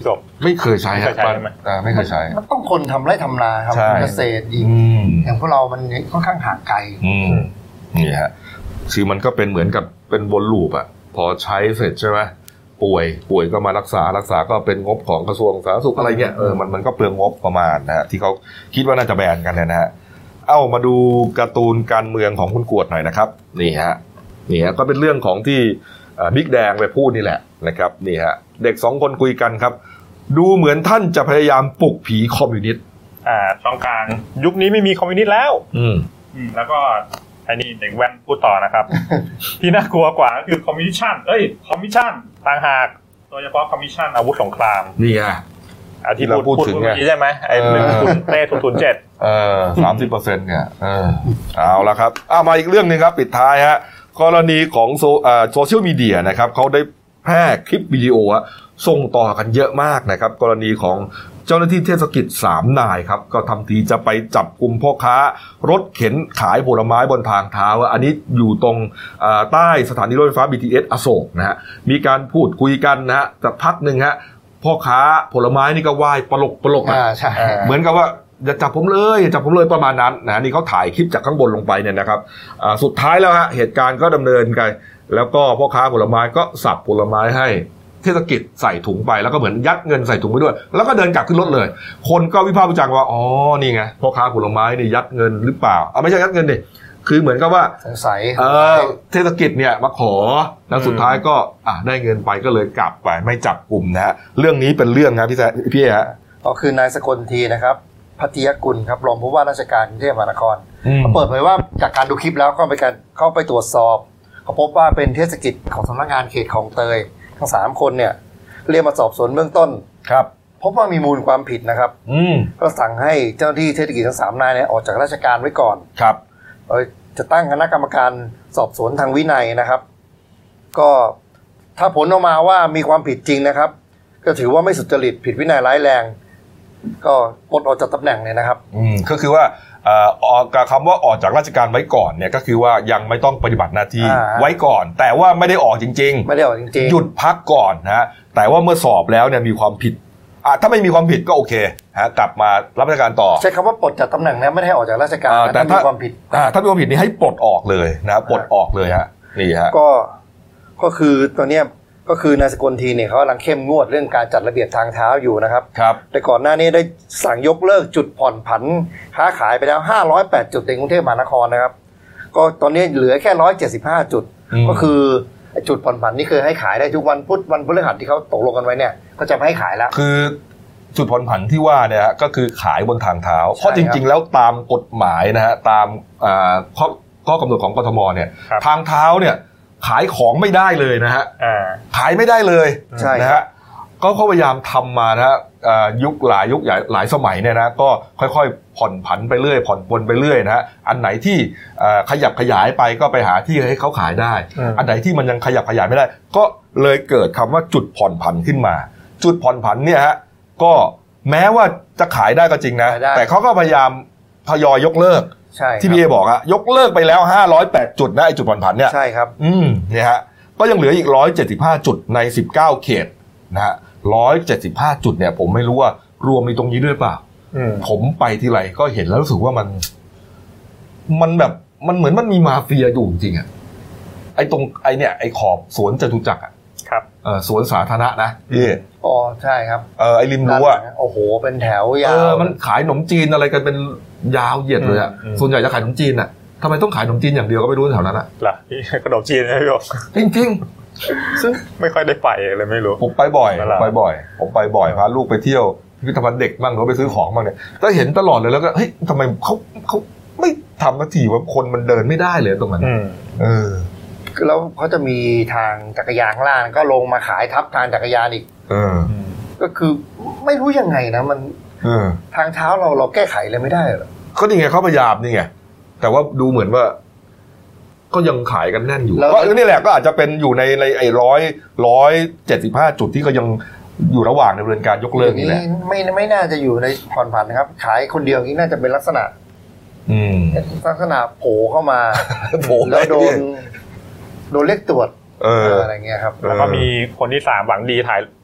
พี่สมไม่เคยใช้ครับไม่เคยใช้มันต้องคนทำไร่ทำนาครับเกษตรอีกอย่างพวกเรามันค่อนข้างห่างไกลนี่ฮะคือมันก็เป็นเหมือนกับเป็นวนลูปอ่ะพอใช้เสร็จใช่ไหมป่วยป่วยก็มารักษารักษาก็เป็นงบของกระทรวงสาธารณสุขอะไรเงี้ยเออมันมันก็เปลืองงบประมาณนะฮะที่เขาคิดว่าน่าจะแบนกันนะฮะเอ้ามาดูการ์ตูนการเมืองของคุณกวดหน่อยนะครับนี่ฮะนี่ฮะก็เป็นเรื่องของที่บิ๊กแดงไปพูดนี่แหละนะครับนี่ฮะเด็กสองคนคุยกันครับดูเหมือนท่านจะพยายามปลุกผีคอมมิวนิสต์อ่าต้องการยุคนี้ไม่มีคอมมิวนิสต์แล้วอืมแล้วก็ไอ้นี่เด็กแว่นพูดต่อนะครับ ที่น่ากลัวกว่าก็คือคอมมิชชั่นเอ้ยคอมมิชชั่นต่างหากโดยเฉพาะคอมมิชชั่นอาวุธสงครามนี่ไงอาที่เราพูดถึงไงใช่ไหมไอ้หนึ่งศูนย์เต้ศูนย์ศูนย์เจ็ดเออสามสิบเปอร์เซ็นต์เนี่ยเออเอาละครับอ้ามาอีกเรื่องนึงครับปิดท้ายฮะกรณีของโซอ่าโซเชียลมีเดียนะครับเขาได้แพร่คลิปวิดีโออะส่งต่อกันเยอะมากนะครับกรณีของเจ้าหน้าที่เทศกิจสามนายครับก็ทำทีจะไปจับกุมพ่อค้ารถเข็นขายผลไม้บนทางเท้าอันนี้อยู่ตรงใต้สถานีรถไฟฟ้า บี ที เอส อโศกนะฮะมีการพูดคุยกันนะฮะสักพักนึงฮะพ่อค้าผลไม้นี่ก็ว่ายปลกปลกอ่ะเหมือนกับว่าอย่าจับผมเลยอย่าจับผมเลยประมาณนั้นนะนี่เขาถ่ายคลิปจากข้างบนลงไปเนี่ยนะครับสุดท้ายแล้วฮะเหตุการณ์ก็ดำเนินไปแล้วก็พ่อค้าผลไม้ก็สับผลไม้ให้เทศกิจใส่ถุงไปแล้วก็เหมือนยัดเงินใส่ถุงไปด้วยแล้วก็เดินกลับขึ้นรถเลยคนก็วิพากษ์วิจารณ์ว่าอ๋อนี่ไงพ่อค้าผลไม้นี่ยัดเงินหรือเปล่าอ่ะไม่ใช่ยัดเงินดิคือเหมือนกับว่าสงสัยเออเทศกิจเนี่ยมาขอแล้วสุดท้ายก็อ่ะได้เงินไปก็เลยกลับไปไม่จับกลุ่มนะฮะเรื่องนี้เป็นเรื่องนะพี่แซพี่ฮะก็คือนายสกลทีนะครับพัทยกุลครับรองผู้ว่าราชการกรุงเทพมหานครเขาเปิดเผยว่าจากการดูคลิปแล้วก็ไปการเข้าไปตรวจสอบเขาพบว่าเป็นเทศกิจของสำนักงานเขตคลองเตยทั้งสามคนเนี่ยเรียกมาสอบสวนเบื้องต้นครับพบว่ามีมูลความผิดนะครับอืมก็สั่งให้เจ้าหน้าที่เทศกิจทั้งสามนายเนี่ยออกจากราชการไว้ก่อนครับจะตั้งคณะกรรมการสอบสวนทางวินัยนะครับก็ถ้าผลออกมาว่ามีความผิดจริงนะครับก็ถือว่าไม่สุจริตผิดวินัยร้ายแรงก็ปลดออกจากตำแหน่งเลยนะครับอืมก็คือว่าเอ่อออกกับคำว่าออกจากราชการไว้ก่อนเนี่ยก็คือว่ายังไม่ต้องปฏิบัติหน้าที่ไว้ก่อนแต่ว่าไม่ได้ออกจริงๆไม่ได้ออกจริงๆหยุดพักก่อนนะฮะแต่ว่าเมื่อสอบแล้วเนี่ยมีความผิดอ่ะถ้าไม่มีความผิดก็โอเคฮะกลับมารับราชการต่อใช้คำว่าปลดจากตำแหน่งนะไม่ได้ออกจากราชการแต่ถ้ามีความผิดอ่าถ้ามีความผิดนี่ให้ปลดออกเลยนะปลดออกเลยฮะนี่ฮะก็ก็คือตัวเนี้ยก็คือนายสกลทีเนี่ยเขากำลังเข้มงวดเรื่องการจัดระเบียบทางเท้าอยู่นะครับครับแต่ก่อนหน้านี้ได้สั่งยกเลิกจุดผ่อนผันค้าขายไปแล้วห้าร้อยแปดจุดในกรุงเทพมหานครนะครับก็ตอนนี้เหลือแค่หนึ่งร้อยเจ็ดสิบห้าจุดก็คือจุดผ่อนผันนี่คือให้ขายได้ทุกวันพุธวันพฤหัสที่เขาตกลงกันไว้เนี่ยก็จะไม่ให้ขายแล้วคือจุดผ่อนผันที่ว่าเนี่ยก็คือขายบนทางเท้าเพราะจริงๆแล้วตามกฎหมายนะฮะตามข้อข้อกำหนดของกทมเนี่ยทางเท้าเนี่ยขายของไม่ได้เลยนะฮะขายไม่ได้เลยนะฮะก็เขาพยายามทำมานะฮะยุคหลายยุคหลายสมัยเนี่ยนะก็ค่อยๆผ่อนผันไปเรื่อยผ่อนปลนไปเรื่อยนะฮะอันไหนที่ขยับขยายไปก็ไปหาที่ให้เขาขายได้อันไหนที่มันยังขยับขยายไม่ได้ก็เลยเกิดคำว่าจุดผ่อนผันขึ้นมาจุดผ่อนผันเนี่ยฮะก็แม้ว่าจะขายได้ก็จริงนะแต่เขาก็พยายามทยอยยกเลิกที่พี่เอบอกอะยกเลิกไปแล้วห้าร้อยแปดจุดนะไอ้จุดผ่อนผันเนี่ยใช่ครับอืมเนี่ยฮะก็ยังเหลืออีกหนึ่งร้อยเจ็ดสิบห้าจุดในสิบเก้าเขตนะฮะหนึ่งร้อยเจ็ดสิบห้าจุดเนี่ยผมไม่รู้ว่ารวมมีตรงนี้ด้วยเปล่าผมไปทีไรก็เห็นแล้วรู้สึกว่ามันมันแบบมันเหมือนมันมีมาเฟียอยู่จริงอะไอ้ตรงไอ้เนี่ยไอ้ขอบสวนจตุจักรอะครับเออสวนสาธารณะนะพี่อ๋อใช่ครับเออไอ้ริมรั้วโอ้โหเป็นแถวยาวเออมันขายขนมจีนอะไรกันเป็นยาวเหยียดเลยอะส่วนใหญ่จะขายขนมจีนอะทำไมต้องขายขนมจีนอย่างเดียวก็ไม่รู้แถวนั้นอะล่ะขนมจีนนะพี่บอกจริงๆซึ่งไม่ค่อยได้ไปเลยไม่รู้ผมไปบ่อยไปบ่อยผมไปบ่อยพาลูกไปเที่ยวพิพิธภัณฑ์เด็กบ้างหรือไปซื้อของบ้างเนี่ยก็เห็นตลอดเลยแล้วก็เฮ้ยทำไมเขาเขาไม่ทำนาทีว่าคนมันเดินไม่ได้เลยตรงนั้นเออแล้วเขาจะมีทางจักรยานข้างล่างก็ลงมาขายทับทางจักรยานอีกเออก็คือไม่รู้ยังไงนะมันเออทางเท้าเราเราแก้ไขเลยไม่ได้หรอก็นี่ไงเขาพยายามนี่ไงแต่ว่าดูเหมือนว่าก็ยังขายกันแน่นอยู่ก็นี่แหละก็อาจจะเป็นอยู่ในในไอ้ร้อยร้อยเจ็ดสิบห้าจุดที่เขายังอยู่ระหว่างดำเนินการยกเลิกนี่แหละไม่ไม่น่าจะอยู่ในผ่อนผันนะครับขายคนเดียวนี้น่าจะเป็นลักษณะอืมลักษณะโผล่เข้ามาแล้วโดนโดนเรียกตรวจเอออะไรเงี้ยครับแล้วก็มีคนที่สามหวังดีถ่าย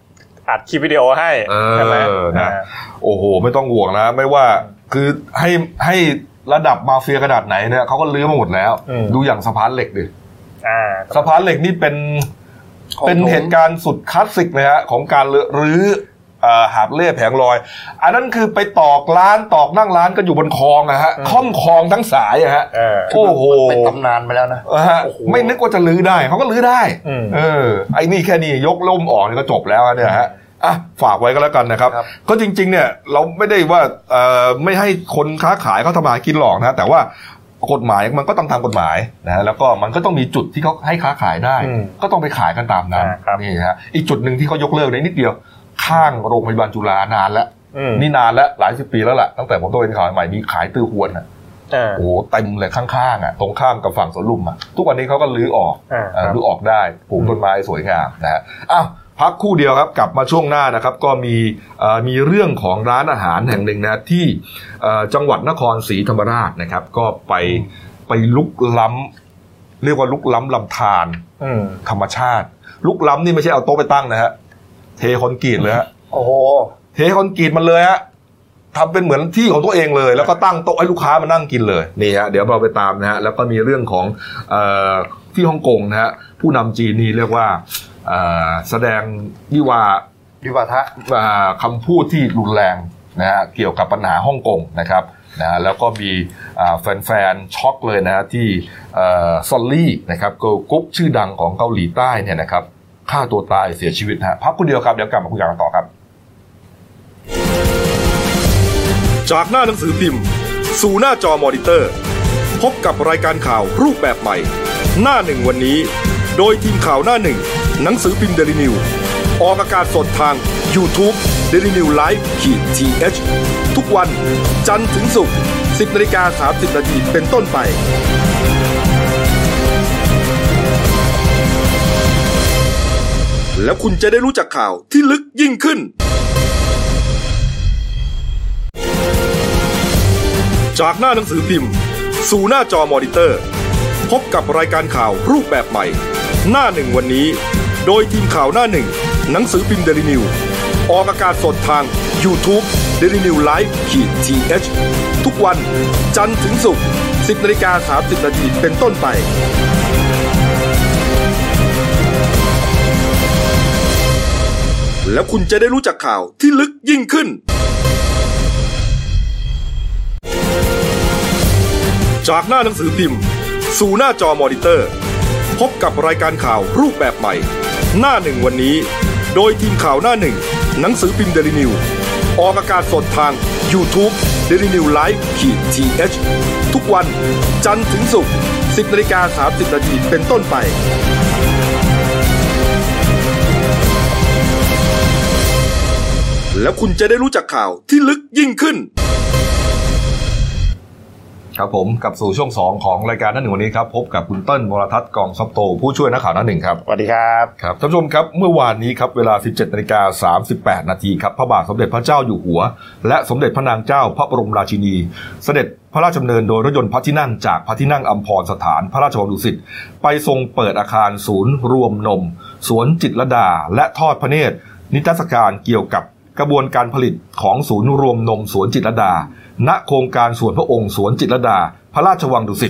อัดคลิปวิดีโอให้ใช่ไหมนะโอ้โหไม่ต้องห่วงนะไม่ว่าคือให้ให้ระดับมาเฟียขนาดไหนเนี่ยเขาก็ลื้อมาหมดแล้วดูอย่างสะพานเหล็กดิสะพานเหล็กนี่เป็นเป็นเหตุการณ์สุดคลาสสิกเลยฮะของการรื้อหาบเล่แผงลอยอันนั้นคือไปตอกร้านตอกนั่งร้านก็อยู่บนคลองอะฮะค่อมคลองทั้งสายอะฮะโอ้โหเป็นตำนานไปแล้วนะไม่นึกว่าจะลื้อได้เขาก็ลื้อได้เออไอ้นี่แค่นี้ยกล่มออกนี่ก็จบแล้วเนี่ยฮะอ่ะฝากไว้ก็แล้วกันนะครับก็จริงๆเนี่ยเราไม่ได้ว่าเอ่อไม่ให้คนค้าขายเขาทำมาหากินหรอกนะแต่ว่ากฎหมายมันก็ต้องตามกฎหมายนะแล้วก็มันก็ต้องมีจุดที่เขาให้ค้าขายได้ก็ต้องไปขายกันตามนั้นนี่ฮะอีกจุดหนึ่งที่เขายกเลิกได้นิดเดียวข้างโรงพยาบาลจุฬานานแล้วนี่นานแล้วหลายสิบปีแล้วแหละตั้งแต่ผมต้องเป็นข่าวใหม่มีขายตื้อหวนอ่ะโอ้เต็มเลยข้างๆอ่ะตรงข้ามกับฝั่งสวนลุมอ่ะทุกวันนี้เขาก็ลื้อออกลื้อออกได้ปลูกต้นไม้สวยงามนะฮะอ้าวพักคู่เดียวครับกลับมาช่วงหน้านะครับก็มีมีเรื่องของร้านอาหารแห่งหนึ่งนะที่จังหวัดนครศรีธรรมราชนะครับก็ไปไปลุกล้ำเรียกว่าลุกล้ำลำธารธรรมชาติลุกล้ำนี่ไม่ใช่เอาโต๊ะไปตั้งนะฮะเทคอนกรีตเลยฮะโอ้โหเทคอนกรีตมันเลยฮะทำเป็นเหมือนที่ของตัวเองเลยแล้วก็ตั้งโต๊ะให้ลูกค้ามานั่งกินเลยนี่ฮะเดี๋ยวเราไปตามนะฮะแล้วก็มีเรื่องของเอ่อที่ฮ่องกงนะฮะผู้นำจีนนี่เรียกว่าแสดงวิวาวิวาทะคำพูดที่รุนแรงนะฮะเกี่ยวกับปัญหาฮ่องกงนะครับนะแล้วก็มีแฟนๆช็อกเลยนะฮะที่ซอลลี่นะครับเกิร์ลกรุ๊ปชื่อดังของเกาหลีใต้เนี่ยนะครับฆ่าตัวตายเสียชีวิตฮะพักคนเดียวครับเดี๋ยวกลับมาคุยกันต่อครับจากหน้าหนังสือพิมพ์สู่หน้าจอมอนิเตอร์พบกับรายการข่าวรูปแบบใหม่หน้าหนึ่งวันนี้โดยทีมข่าวหน้าหนึ่งหนังสือพิมพ์ Daily News ออกอากาศสดทาง YouTube Daily News Live ทีเอช ทุกวันจันทร์ถึงศุกร์ สิบนาฬิกาสามสิบนาทีเป็นต้นไปแล้วคุณจะได้รู้จักข่าวที่ลึกยิ่งขึ้นจากหน้าหนังสือพิมพ์สู่หน้าจอมอนิเตอร์พบกับรายการข่าวรูปแบบใหม่หน้าหนึ่งวันนี้โดยทีมข่าวหน้าหนึ่งหนังสือพิมพ์ Daily News ออกอากาศสดทาง YouTube Daily News Live ทีเอช ทุกวันจันทร์ถึงศุกร์ สิบนาฬิกาสามสิบนาทีเป็นต้นไปแล้วคุณจะได้รู้จักข่าวที่ลึกยิ่งขึ้นจากหน้าหนังสือพิมพ์สู่หน้าจอมอนิเตอร์พบกับรายการข่าวรูปแบบใหม่หน้าหนึ่งวันนี้โดยทีมข่าวหน้าหนึ่งหนังสือพิมพ์ Daily News ออกอากาศสดทาง YouTube Daily News Live ทีเอช ทุกวันจันทร์ถึงศุกร์ สิบนาฬิกาสามสิบนาทีเป็นต้นไปแล้วคุณจะได้รู้จักข่าวที่ลึกยิ่งขึ้นครับผมกับสู่ช่วงสองของรายการหน้าหนึ่งวันนี้ครับพบกับคุณเติ้ลวรทัศน์กองซับโตผู้ช่วยนักข่าวหน้าหนึ่งครับสวัสดีครับครับท่านผู้ชมครับเมื่อวานนี้ครับเวลา สิบเจ็ดนาฬิกาสามสิบแปดนาทีครับพระบาทสมเด็จพระเจ้าอยู่หัวและสมเด็จพระนางเจ้าพระบรมราชินีเสด็จพระราชดำเนินโดยรถยนต์พระที่นั่งจากพระที่นั่งอัมพรสถานพระราชวังดุสิตไปทรงเปิดอาคารศูนย์รวมนมสวนจิตรลดาและทอดพระเนตรนิทรรศการเกี่ยวกับกระบวนการผลิตของศูนย์รวมนมสวนจิตรลดาณโครงการสวนพระองค์สวนจิตรลดาพระราชวังดุสิต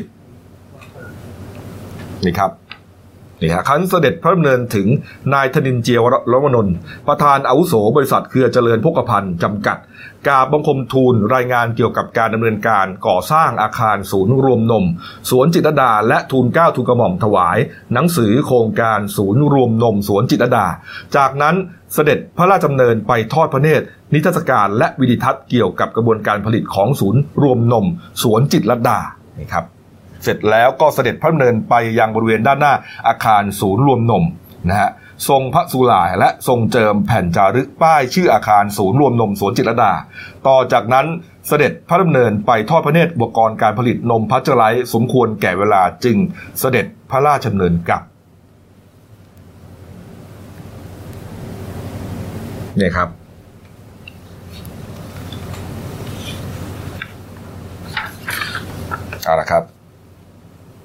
นี่ครับนี่ฮะครั้นเสด็จพระดำเนินถึงนายธนินทร์เจียวรวนนท์ประธานอาวุโสบริษัทเครือเจริญพกพันธ์จำกัดกราบบังคมทูลรายงานเกี่ยวกับการดำเนินการก่อสร้างอาคารศูนย์รวมนมสวนจิตรลดาและทูลเกล้าทูลกระหม่อมถวายหนังสือโครงการศูนย์รวมนมสวนจิตรลดาจากนั้นเสด็จพระราชดำเนินไปทอดพระเนตรนิทรรศการและวิดิทัศน์เกี่ยวกับกระบวนการผลิตของศูนย์รวมนมสวนจิตรลดานี่ครับเสร็จแล้วก็เสด็จพระดำเนินไปยังบริเวณด้านหน้าอาคารศูนย์รวมนมนะฮะทรงพระสุลาและทรงเจิมแผ่นจารึกป้ายชื่ออาคารศูนย์รวมนมสวนจิตรลดาต่อจากนั้นเสด็จพระดำเนินไปทอดพระเนตรอุปกรณ์การผลิตนมพัชเจอร์ไลท์สมควรแก่เวลาจึงเสด็จพระราชดำเนินกลับนี่ครับเอาละครับ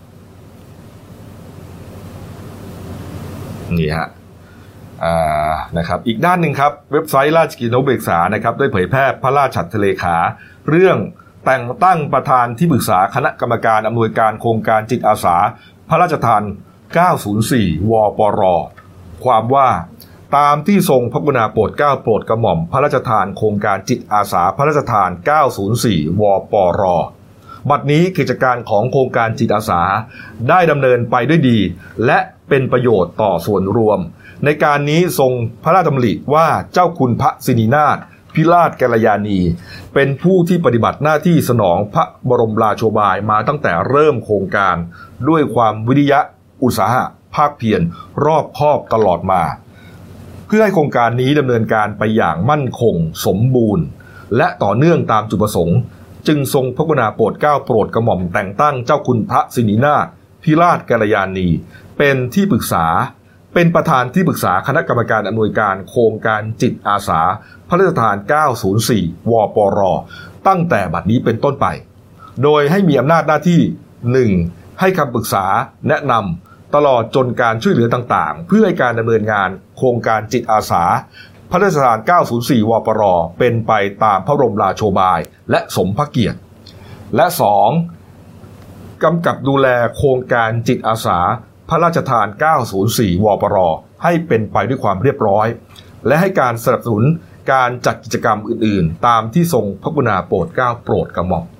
นี่ฮะนะครับอีกด้านหนึ่งครับเว็บไซต์ราชกิจจานุเบกษานะครับได้เผยแพร่พระราชฉัตรเลขาเรื่องแต่งตั้งประธานที่ปรึกษาคณะกรรมการอำนวยการโครงการจิตอาสาพระราชทานเก้าศูนย์สี่วปรความว่าตามที่ทรงพระกรุณาโปรดเกล้าโปรดกระหม่อมพระราชทานโครงการจิตอาสาพระราชทานเก้าศูนย์สี่วปรบัดนี้กิจการของโครงการจิตอาสาได้ดำเนินไปด้วยดีและเป็นประโยชน์ต่อส่วนรวมในการนี้ทรงพระราชดำริว่าเจ้าคุณพระสินีนาถพิราชกัลยาณีเป็นผู้ที่ปฏิบัติหน้าที่สนองพระบรมราโชบายมาตั้งแต่เริ่มโครงการด้วยความวิริยะอุตสาหะภาคเพียรรอบคอบตลอดมาเพื่อให้โครงการนี้ดำเนินการไปอย่างมั่นคงสมบูรณ์และต่อเนื่องตามจุดประสงค์จึงทรงพระกรุณาโปรดเกล้าโปรดกระหม่อมแต่งตั้งเจ้าคุณพระสินีนาถพิราชกัลยาณีเป็นที่ปรึกษาเป็นประธานที่ปรึกษาคณะกรรมการอำนวยการโครงการจิตอาสาพระราชทานเก้าศูนย์สี่วปรตั้งแต่บัดนี้เป็นต้นไปโดยให้มีอำนาจหน้าที่ หนึ่ง ให้คำปรึกษาแนะนำตลอดจนการช่วยเหลือต่างๆเพื่อให้การดำเนินงานโครงการจิตอาสาพระราชทานเก้าศูนย์สี่วปรเป็นไปตามพระบรมราโชบายและสมพระเกียรติและสองกำกับดูแลโครงการจิตอาสาพระราชทานเก้าศูนย์สี่วปรให้เป็นไปด้วยความเรียบร้อยและให้การสนับสนุนการจัดกิจกรรมอื่นๆตามที่ทรงพระกรุณาโปรดเกล้าโปรดกระหม่อม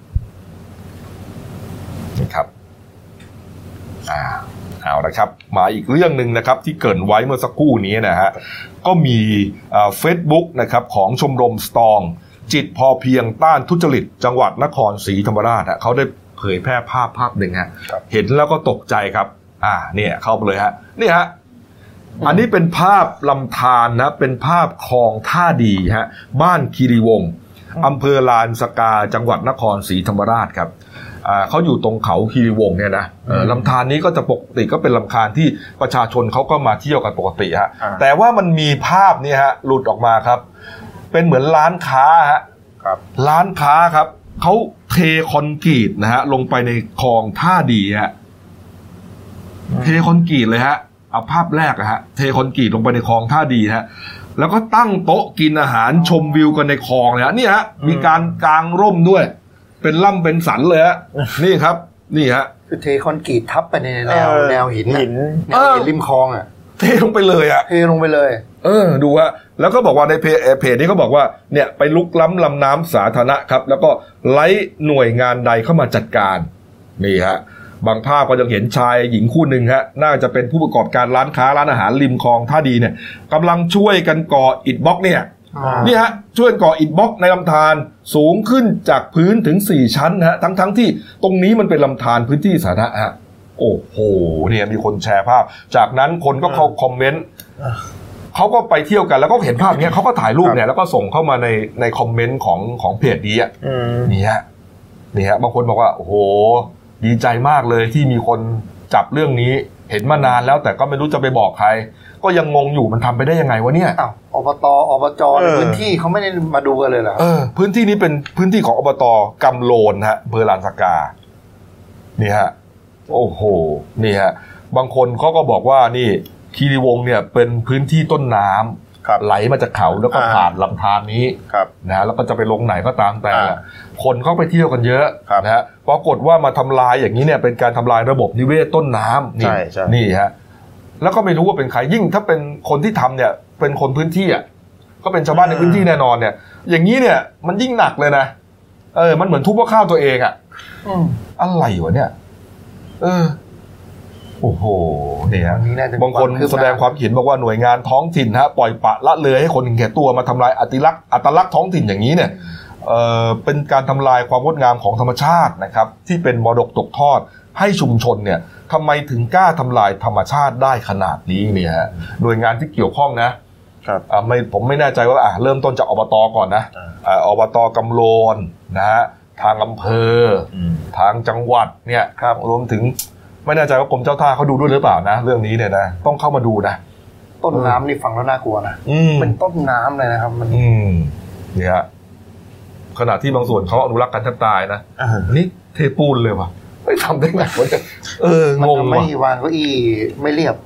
นะครับอ่าเอาละครับมาอีกเรื่องนึงนะครับที่เกริ่นไว้เมื่อสักครู่นี้นะฮะก็มีอ่า Facebook นะครับของชมรมสตองจิตพอเพียงต้านทุจริตจังหวัดนครศรีธรรมราชเขาได้เผยแพร่ภาพภาพหนึ่งฮะเห็นแล้วก็ตกใจครับอ่าเนี่ยเข้าไปเลยฮะนี่ฮะอันนี้เป็นภาพลำธารนะเป็นภาพคลองท่าดีฮะบ้านคีรีวงศ์อำเภอลานสกาจังหวัดนครศรีธรรมราชครับอ่าเขาอยู่ตรงเขาคีรีวงศ์เนี่ยนะลำธารนี้ก็จะปกติก็เป็นลำธารที่ประชาชนเขาก็มาเที่ยวกันปกติฮะแต่ว่ามันมีภาพนี่ฮะหลุดออกมาครับเป็นเหมือนร้านค้าฮะครับร้านค้าครับเขาเทคอนกรีตนะฮะลงไปในคลองท่าดีฮะเทคอนกรีตเลยฮะเอาภาพแรกอะฮะเทคอนกรีตลงไปในคลองท่าดีฮะแล้วก็ตั้งโต๊ะกินอาหารชมวิวกันในคลองเลยฮะนี่ฮะมีการกางร่มด้วยเป็นล่ำเป็นสันเลยฮะนี่ครับนี่ฮะคือเทคอนกรีตทับไปในแนวแนวหินหินแนวหินริมคลองอ่ะเทลงไปเลยอะเทลงไปเลยเออดูฮะแล้วก็บอกว่าในเพจเพจนี้เขาบอกว่าเนี่ยไปลุกล้ำลำน้ำสาธารณะครับแล้วก็ไล่หน่วยงานใดเข้ามาจัดการนี่ฮะบางภาพก็ยังเห็นชายหญิงคู่หนึ่งฮะน่าจะเป็นผู้ประกอบการร้านค้าร้านอาหารริมคลองท่าดีเนี่ยกำลังช่วยกันก่ออิฐบล็อกเนี่ยนี่ฮะช่วยก่ออิฐบล็อกในลำธารสูงขึ้นจากพื้นถึงสี่ชั้นฮะทั้งทั้งที่ตรงนี้มันเป็นลำธารพื้นที่สาธารณะฮะโอ้โหเนี่ยมีคนแชร์ภาพจากนั้นคนก็เข้าคอมเมนต์เขาก็ไปเที่ยวกันแล้วก็เห็นภาพนี้เขาก็ถ่ายรูปเนี่ยแล้วก็ส่งเข้ามาในในคอมเมนต์ของของเพจนี้อ่ะนี่ฮะนี่ฮะบางคนบอกว่าโอ้โหดีใจมากเลยที่มีคนจับเรื่องนี้เห็นมานานแล้วแต่ก็ไม่รู้จะไปบอกใครก็ยังงงอยู่มันทำไปได้ยังไงวะเนี่ยอ้าวอบตอบจในพื้นที่เขาไม่ได้มาดูกันเลยเหรอเออพื้นที่นี้เป็นพื้นที่ของอบตกำโลนฮะอำเภอลานสกานี่ฮะโอ้โหนี่ฮะบางคนเขาก็บอกว่านี่คีรีวงศ์เนี่ยเป็นพื้นที่ต้นน้ำไหลมาจากเขาแล้วก็ผ่านลำธารนี้นะแล้วก็จะไปลงไหนก็ตามแต่คนเข้าไปเที่ยวกันเยอะนะฮะปรากฏว่ามาทำลายอย่างนี้เนี่ยเป็นการทำลายระบบนิเวศต้นน้ำนี่นี่ฮะแล้วก็ไม่รู้ว่าเป็นใครยิ่งถ้าเป็นคนที่ทำเนี่ยเป็นคนพื้นที่อ่ะก็เป็นชาวบ้านในพื้นที่แน่นอนเนี่ยอย่างนี้เนี่ยมันยิ่งหนักเลยนะเออมันเหมือนทุบข้าวตัวเองอ่ะอะไรวะเนี่ยเออโอ้โหเนี่ยบางคนแสดงความเห็นบอกว่าหน่วยงานท้องถิ่นฮะปล่อยปะละเลยให้คนเห็นแก่ตัวมาทำลายอัตลักษณ์อัตลักษณ์ท้องถิ่นอย่างนี้เนี่ยเอ่อเป็นการทำลายความงดงามของธรรมชาตินะครับที่เป็นมรดกตกทอดให้ชุมชนเนี่ยทำไมถึงกล้าทำลายธรรมชาติได้ขนาดนี้เนี่ยฮะหน่วยงานที่เกี่ยวข้องนะครับอ่าไม่ผมไม่แน่ใจว่าอ่ะเริ่มต้นจากอบตก่อนนะอ่าอบตกำโลนนะฮะทางอำเภอทางจังหวัดเนี่ยครับรวมถึงไม่แน่ใจว่ากรมเจ้าท่าเขาดูด้วยหรือเปล่านะเรื่องนี้เนี่ยนะต้องเข้ามาดูนะต้นน้ำนี่ฟังแล้วน่ากลัวนะเป็นต้นน้ำเลยนะครับมันเนี่ยขณะที่บางส่วนเขาอนุรักษ์กันแทบตายนะนี่เทปูนเลยว่ะไม่ทำได้ไงวะเนี่ยเอองงว่ะไม่วางเก้าอี้ไม่เรียบ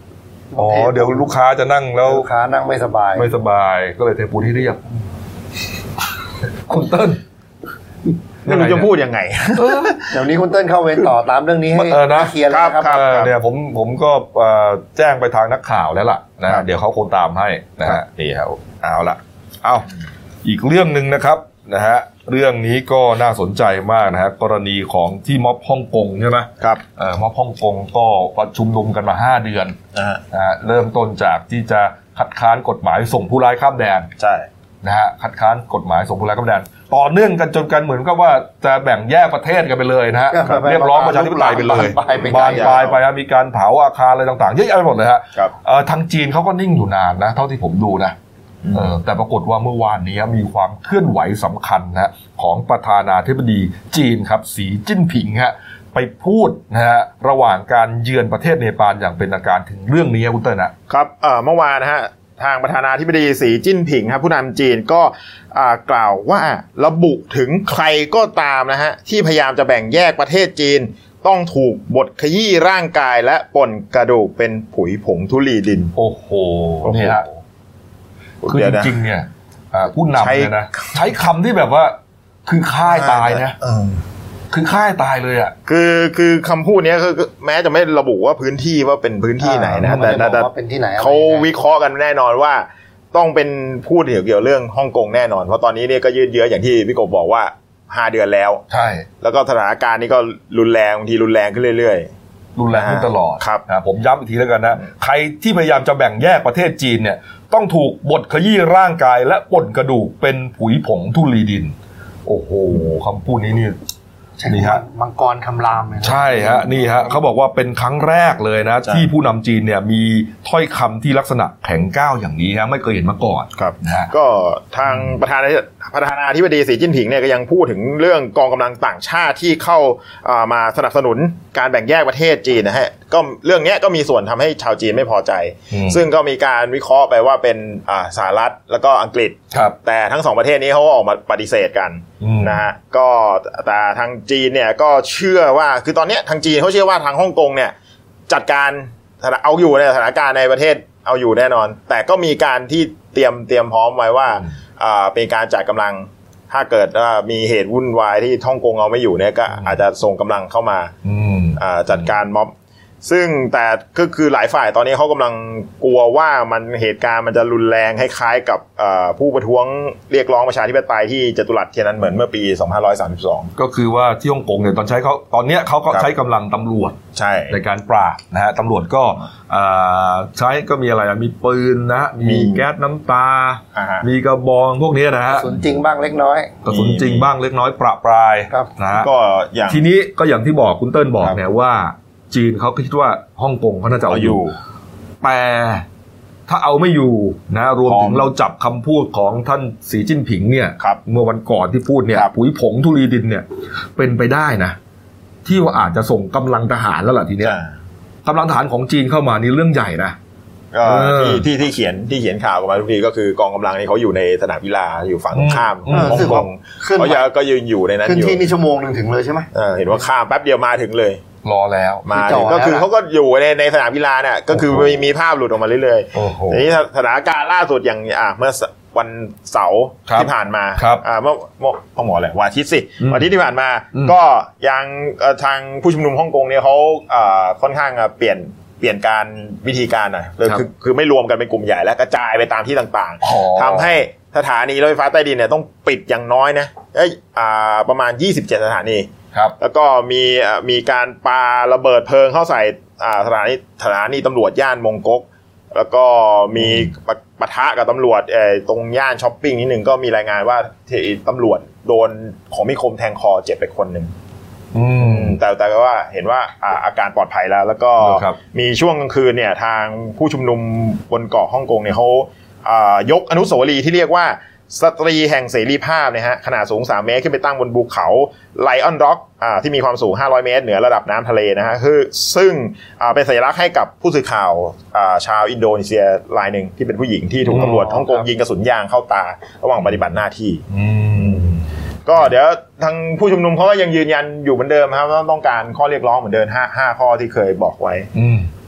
อ๋อเดี๋ยวลูกค้าจะนั่งแล้วลูกค้านั่งไม่สบายไม่สบายก็เลยเทปูนที่เรียบคุณเติ้ลไม่รู้จะพูดยังไงเดี๋ยวนี้คุณเติ้ลเข้าเวรต่อตามเรื่องนี้ให้เคลียร์เลยครับเนี่ยผมผมก็แจ้งไปทางนักข่าวแล้วล่ะนะเดี๋ยวเขาคงตามให้นะฮะนี่ครับเอาละเอาอีกเรื่องนึงนะครับนะฮะเรื่องนี้ก็น่าสนใจมากนะฮะกรณีของที่ม็อบฮ่องกงใช่ไหมครับเอ่อม็อบฮ่องกงก็ประชุมนุมกันมาห้าเดือนนะฮะเริ่มต้นจากที่จะคัดค้านกฎหมายส่งผู้ร้ายข้ามแดนใช่นะฮะคัดค้านกฎหมายส่งผู้ร้ายข้ามแดนต่อเนื่องกันจนกันเหมือนกับว่าจะแบ่งแยกประเทศกันไปเลยนะฮะเรียกร้องประชาธิปไตยไปเลยบานปลายไปมีการเผาอาคารอะไรต่างๆเยอะแยะไปหมดเลยฮะทางจีนเขาก็นิ่งอยู่นานนะเท่าที่ผมดูนะเออแต่ปรากฏว่าเมื่อวานนี้มีความเคลื่อนไหวสำคัญนะของประธานาธิบดีจีนครับสีจิ้นผิงฮะไปพูดนะฮะระหว่างการเยือนประเทศเนปาลอย่างเป็นทางการถึงเรื่องนี้คุณเติ้ลนะครับเอ่อเมื่อวานนะฮะทางประธานาธิบดีสีจิ้นผิงครับผู้นำจีนก็กล่าวว่าระบุถึงใครก็ตามนะฮะที่พยายามจะแบ่งแยกประเทศจีนต้องถูกบดขยี้ร่างกายและป่นกระดูกเป็นผุยผงธุลีดินโอ้โหนี่ฮะคือจริงๆเนี่ยผู้นำเนี่ยนะใช้คำที่แบบว่าคือฆ่าตายนะคือฆ่าตายเลยอ่ะคือคือคำพูดนี้คือแม้จะไม่ระบุว่าพื้นที่ว่าเป็นพื้นที่ไหนนะแต่แต่เขาวิเคราะห์กันแน่นอนว่าต้องเป็นพูดเกี่ยวเกี่ยวเรื่องฮ่องกงแน่นอนเพราะตอนนี้เนี่ยก็ยืดเยื้ออย่างที่พี่กบบอกว่าห้าเดือนแล้วใช่แล้วก็สถานการณ์นี้ก็รุนแรงบางทีรุนแรงขึ้นเรื่อยๆรุนแรงขึ้นตลอดครับผมย้ำอีกทีแล้วกันนะใครที่พยายามจะแบ่งแยกประเทศจีนเนี่ยต้องถูกบดขยี้ร่างกายและป่นกระดูกเป็นผุยผงธุลีดินโอ้โหคำพูดนี้นี่นี่ฮะมังกรคำรามเลยใช่ฮะนี่ฮะเขาบอกว่าเป็นครั้งแรกเลยนะที่ผู้นำจีนเนี่ยมีถ้อยคำที่ลักษณะแข็งก้าวอย่างนี้ฮะไม่เคยเห็นมาก่อนครับนะก็ทางประธานาประธานาธิบดีสีจิ้นผิงเนี่ยก็ยังพูดถึงเรื่องกองกำลังต่างชาติที่เข้ามาสนับสนุนการแบ่งแยกประเทศจีนนะฮะก็เรื่องนี้ก็มีส่วนทำให้ชาวจีนไม่พอใจซึ่งก็มีการวิเคราะห์ไปว่าเป็นสหรัฐแล้วก็อังกฤษแต่ทั้งสองประเทศนี้เขาออกมาปฏิเสธกันนะฮะก็แต่ทางจีนเนี่ยก็เชื่อว่าคือตอนนี้ทางจีนเขาเชื่อว่าทางฮ่องกงเนี่ยจัดการเอาอยู่ในสถานการณ์ในประเทศเอาอยู่แน่นอนแต่ก็มีการที่เตรียมเตรียมพร้อมไว้ว่าอ่าเป็นการจัดกำลังถ้าเกิดว่ามีเหตุวุ่นวายที่ฮ่องกงเอาไม่อยู่เนี่ยก็อาจจะส่งกำลังเข้ามาอ่าจัดการม็อบซึ่งแต่ก็คือหลายฝ่ายตอนนี้เขากำลังกลัวว่ามันเหตุการณ์มันจะรุนแรงคล้ายๆกับผู้ประท้วงเรียกร้องประชาธิปไตยที่จตุรัสเทียนนันเหมือนเมื่อปีสองพันห้าร้อยสามสิบสองก็คือว่าที่ฮ่องกงเนี่ยตอนใช้เขาตอนนี้เขาก็ใช้กำลังตำรวจใช่ในการปราบนะฮะตำรวจก็ใช้ก็มีอะไรมีปืนนะมีแก๊สน้ำตามีกระบองพวกนี้นะฮะกระสุนจริงบ้างเล็กน้อยกระสุนจริงบ้างเล็กน้อยประปรายนะฮะก็อย่างทีนี้ก็อย่างที่บอกคุณเติ้ลบอกเนี่ยว่าจีนเขาคิดว่าฮ่องกงเขาน่าจะเอาอยู่แต่ถ้าเอาไม่อยู่นะรวมถึงเราจับคำพูดของท่านสีจิ้นผิงเนี่ยเมื่อวันก่อนที่พูดเนี่ยผุยผงธุลีดินเนี่ยเป็นไปได้นะที่ว่าอาจจะส่งกำลังทหารแล้วล่ะทีเนี้ยกำลังทหารของจีนเข้ามานี่เรื่องใหญ่นะก็ที่ที่ที่เขียนที่เขียนข่าวกันมาทุกทีก็คือกองกำลังนี้เขาอยู่ในสนามกีฬาอยู่ฝั่งข้ามฮ่องกงเขาจะก็ยืนอยู่ในนั้นอยู่ขึ้นที่นี่ชั่วโมงนึงถึงเลยใช่ไหมเห็นว่าข้ามแป๊บเดียวมาถึงเลยรอแล้วมาก็คือเขาก็อยู่ในในสนามกีฬาเนี่ยก็คือมีมีภาพหลุดออกมาเรื่อยๆทีนี้สถานการณ์ล่าสุดอย่างอ่ะเมื่อวันเสาร์ที่ผ่านมาอ่าเมื่อเมื่อหมออะไรวันอาทิตย์สิวันอาทิตย์ที่ผ่านมาก็ยังทางผู้ชุมนุมฮ่องกงเนี่ยเขาอ่าค่อนข้างเปลี่ยนเปลี่ยนการวิธีการหน่อยคือคือไม่รวมกันเป็นกลุ่มใหญ่แล้วกระจายไปตามที่ต่างๆทำให้สถานีรถไฟฟ้าใต้ดินเนี่ยต้องปิดอย่างน้อยนะเอ้ยอ่าประมาณยี่สิบเจ็ดสถานีแล้วก็มีมีการปาระเบิดเพลิงเข้าใส่สถานีสถานีตำรวจย่านมงก๊กแล้วก็มีปะทะกับตำรวจตรงย่านช้อปปิ้งนิดนึงก็มีรายงานว่าตำรวจโดนของมีคมแทงคอเจ็บไปคนหนึ่งแต่แต่ว่าเห็นว่าอาการปลอดภัยแล้วแล้วก็มีช่วงกลางคืนเนี่ยทางผู้ชุมนุมบนเกาะฮ่องกงเนี่ยเขายกอนุสาวรีย์ที่เรียกว่าสตรีแห่งเสรีภาพเนี่ยฮะขนาดสูงสามเมตรขึ้นไปตั้งบนภูเขาไลออนร็อกอ่าที่มีความสูงห้าร้อยเมตรเหนือระดับน้ำทะเลนะฮะคือซึ่งอ่าเป็นสัญลักษณ์ให้กับผู้สื่อข่าวอ่าชาวอินโดนีเซียรายหนึ่งที่เป็นผู้หญิงที่ถูกตำรวจฮ่องกงยิงกระสุนยางเข้าตาระหว่างปฏิบัติหน้าที่ก็เดี๋ยวทางผู้ชุมนุมเขาก็ยังยืนยันอยู่เหมือนเดิมครับว่าต้องการข้อเรียกร้องเหมือนเดิมห้าห้าข้อที่เคยบอกไว้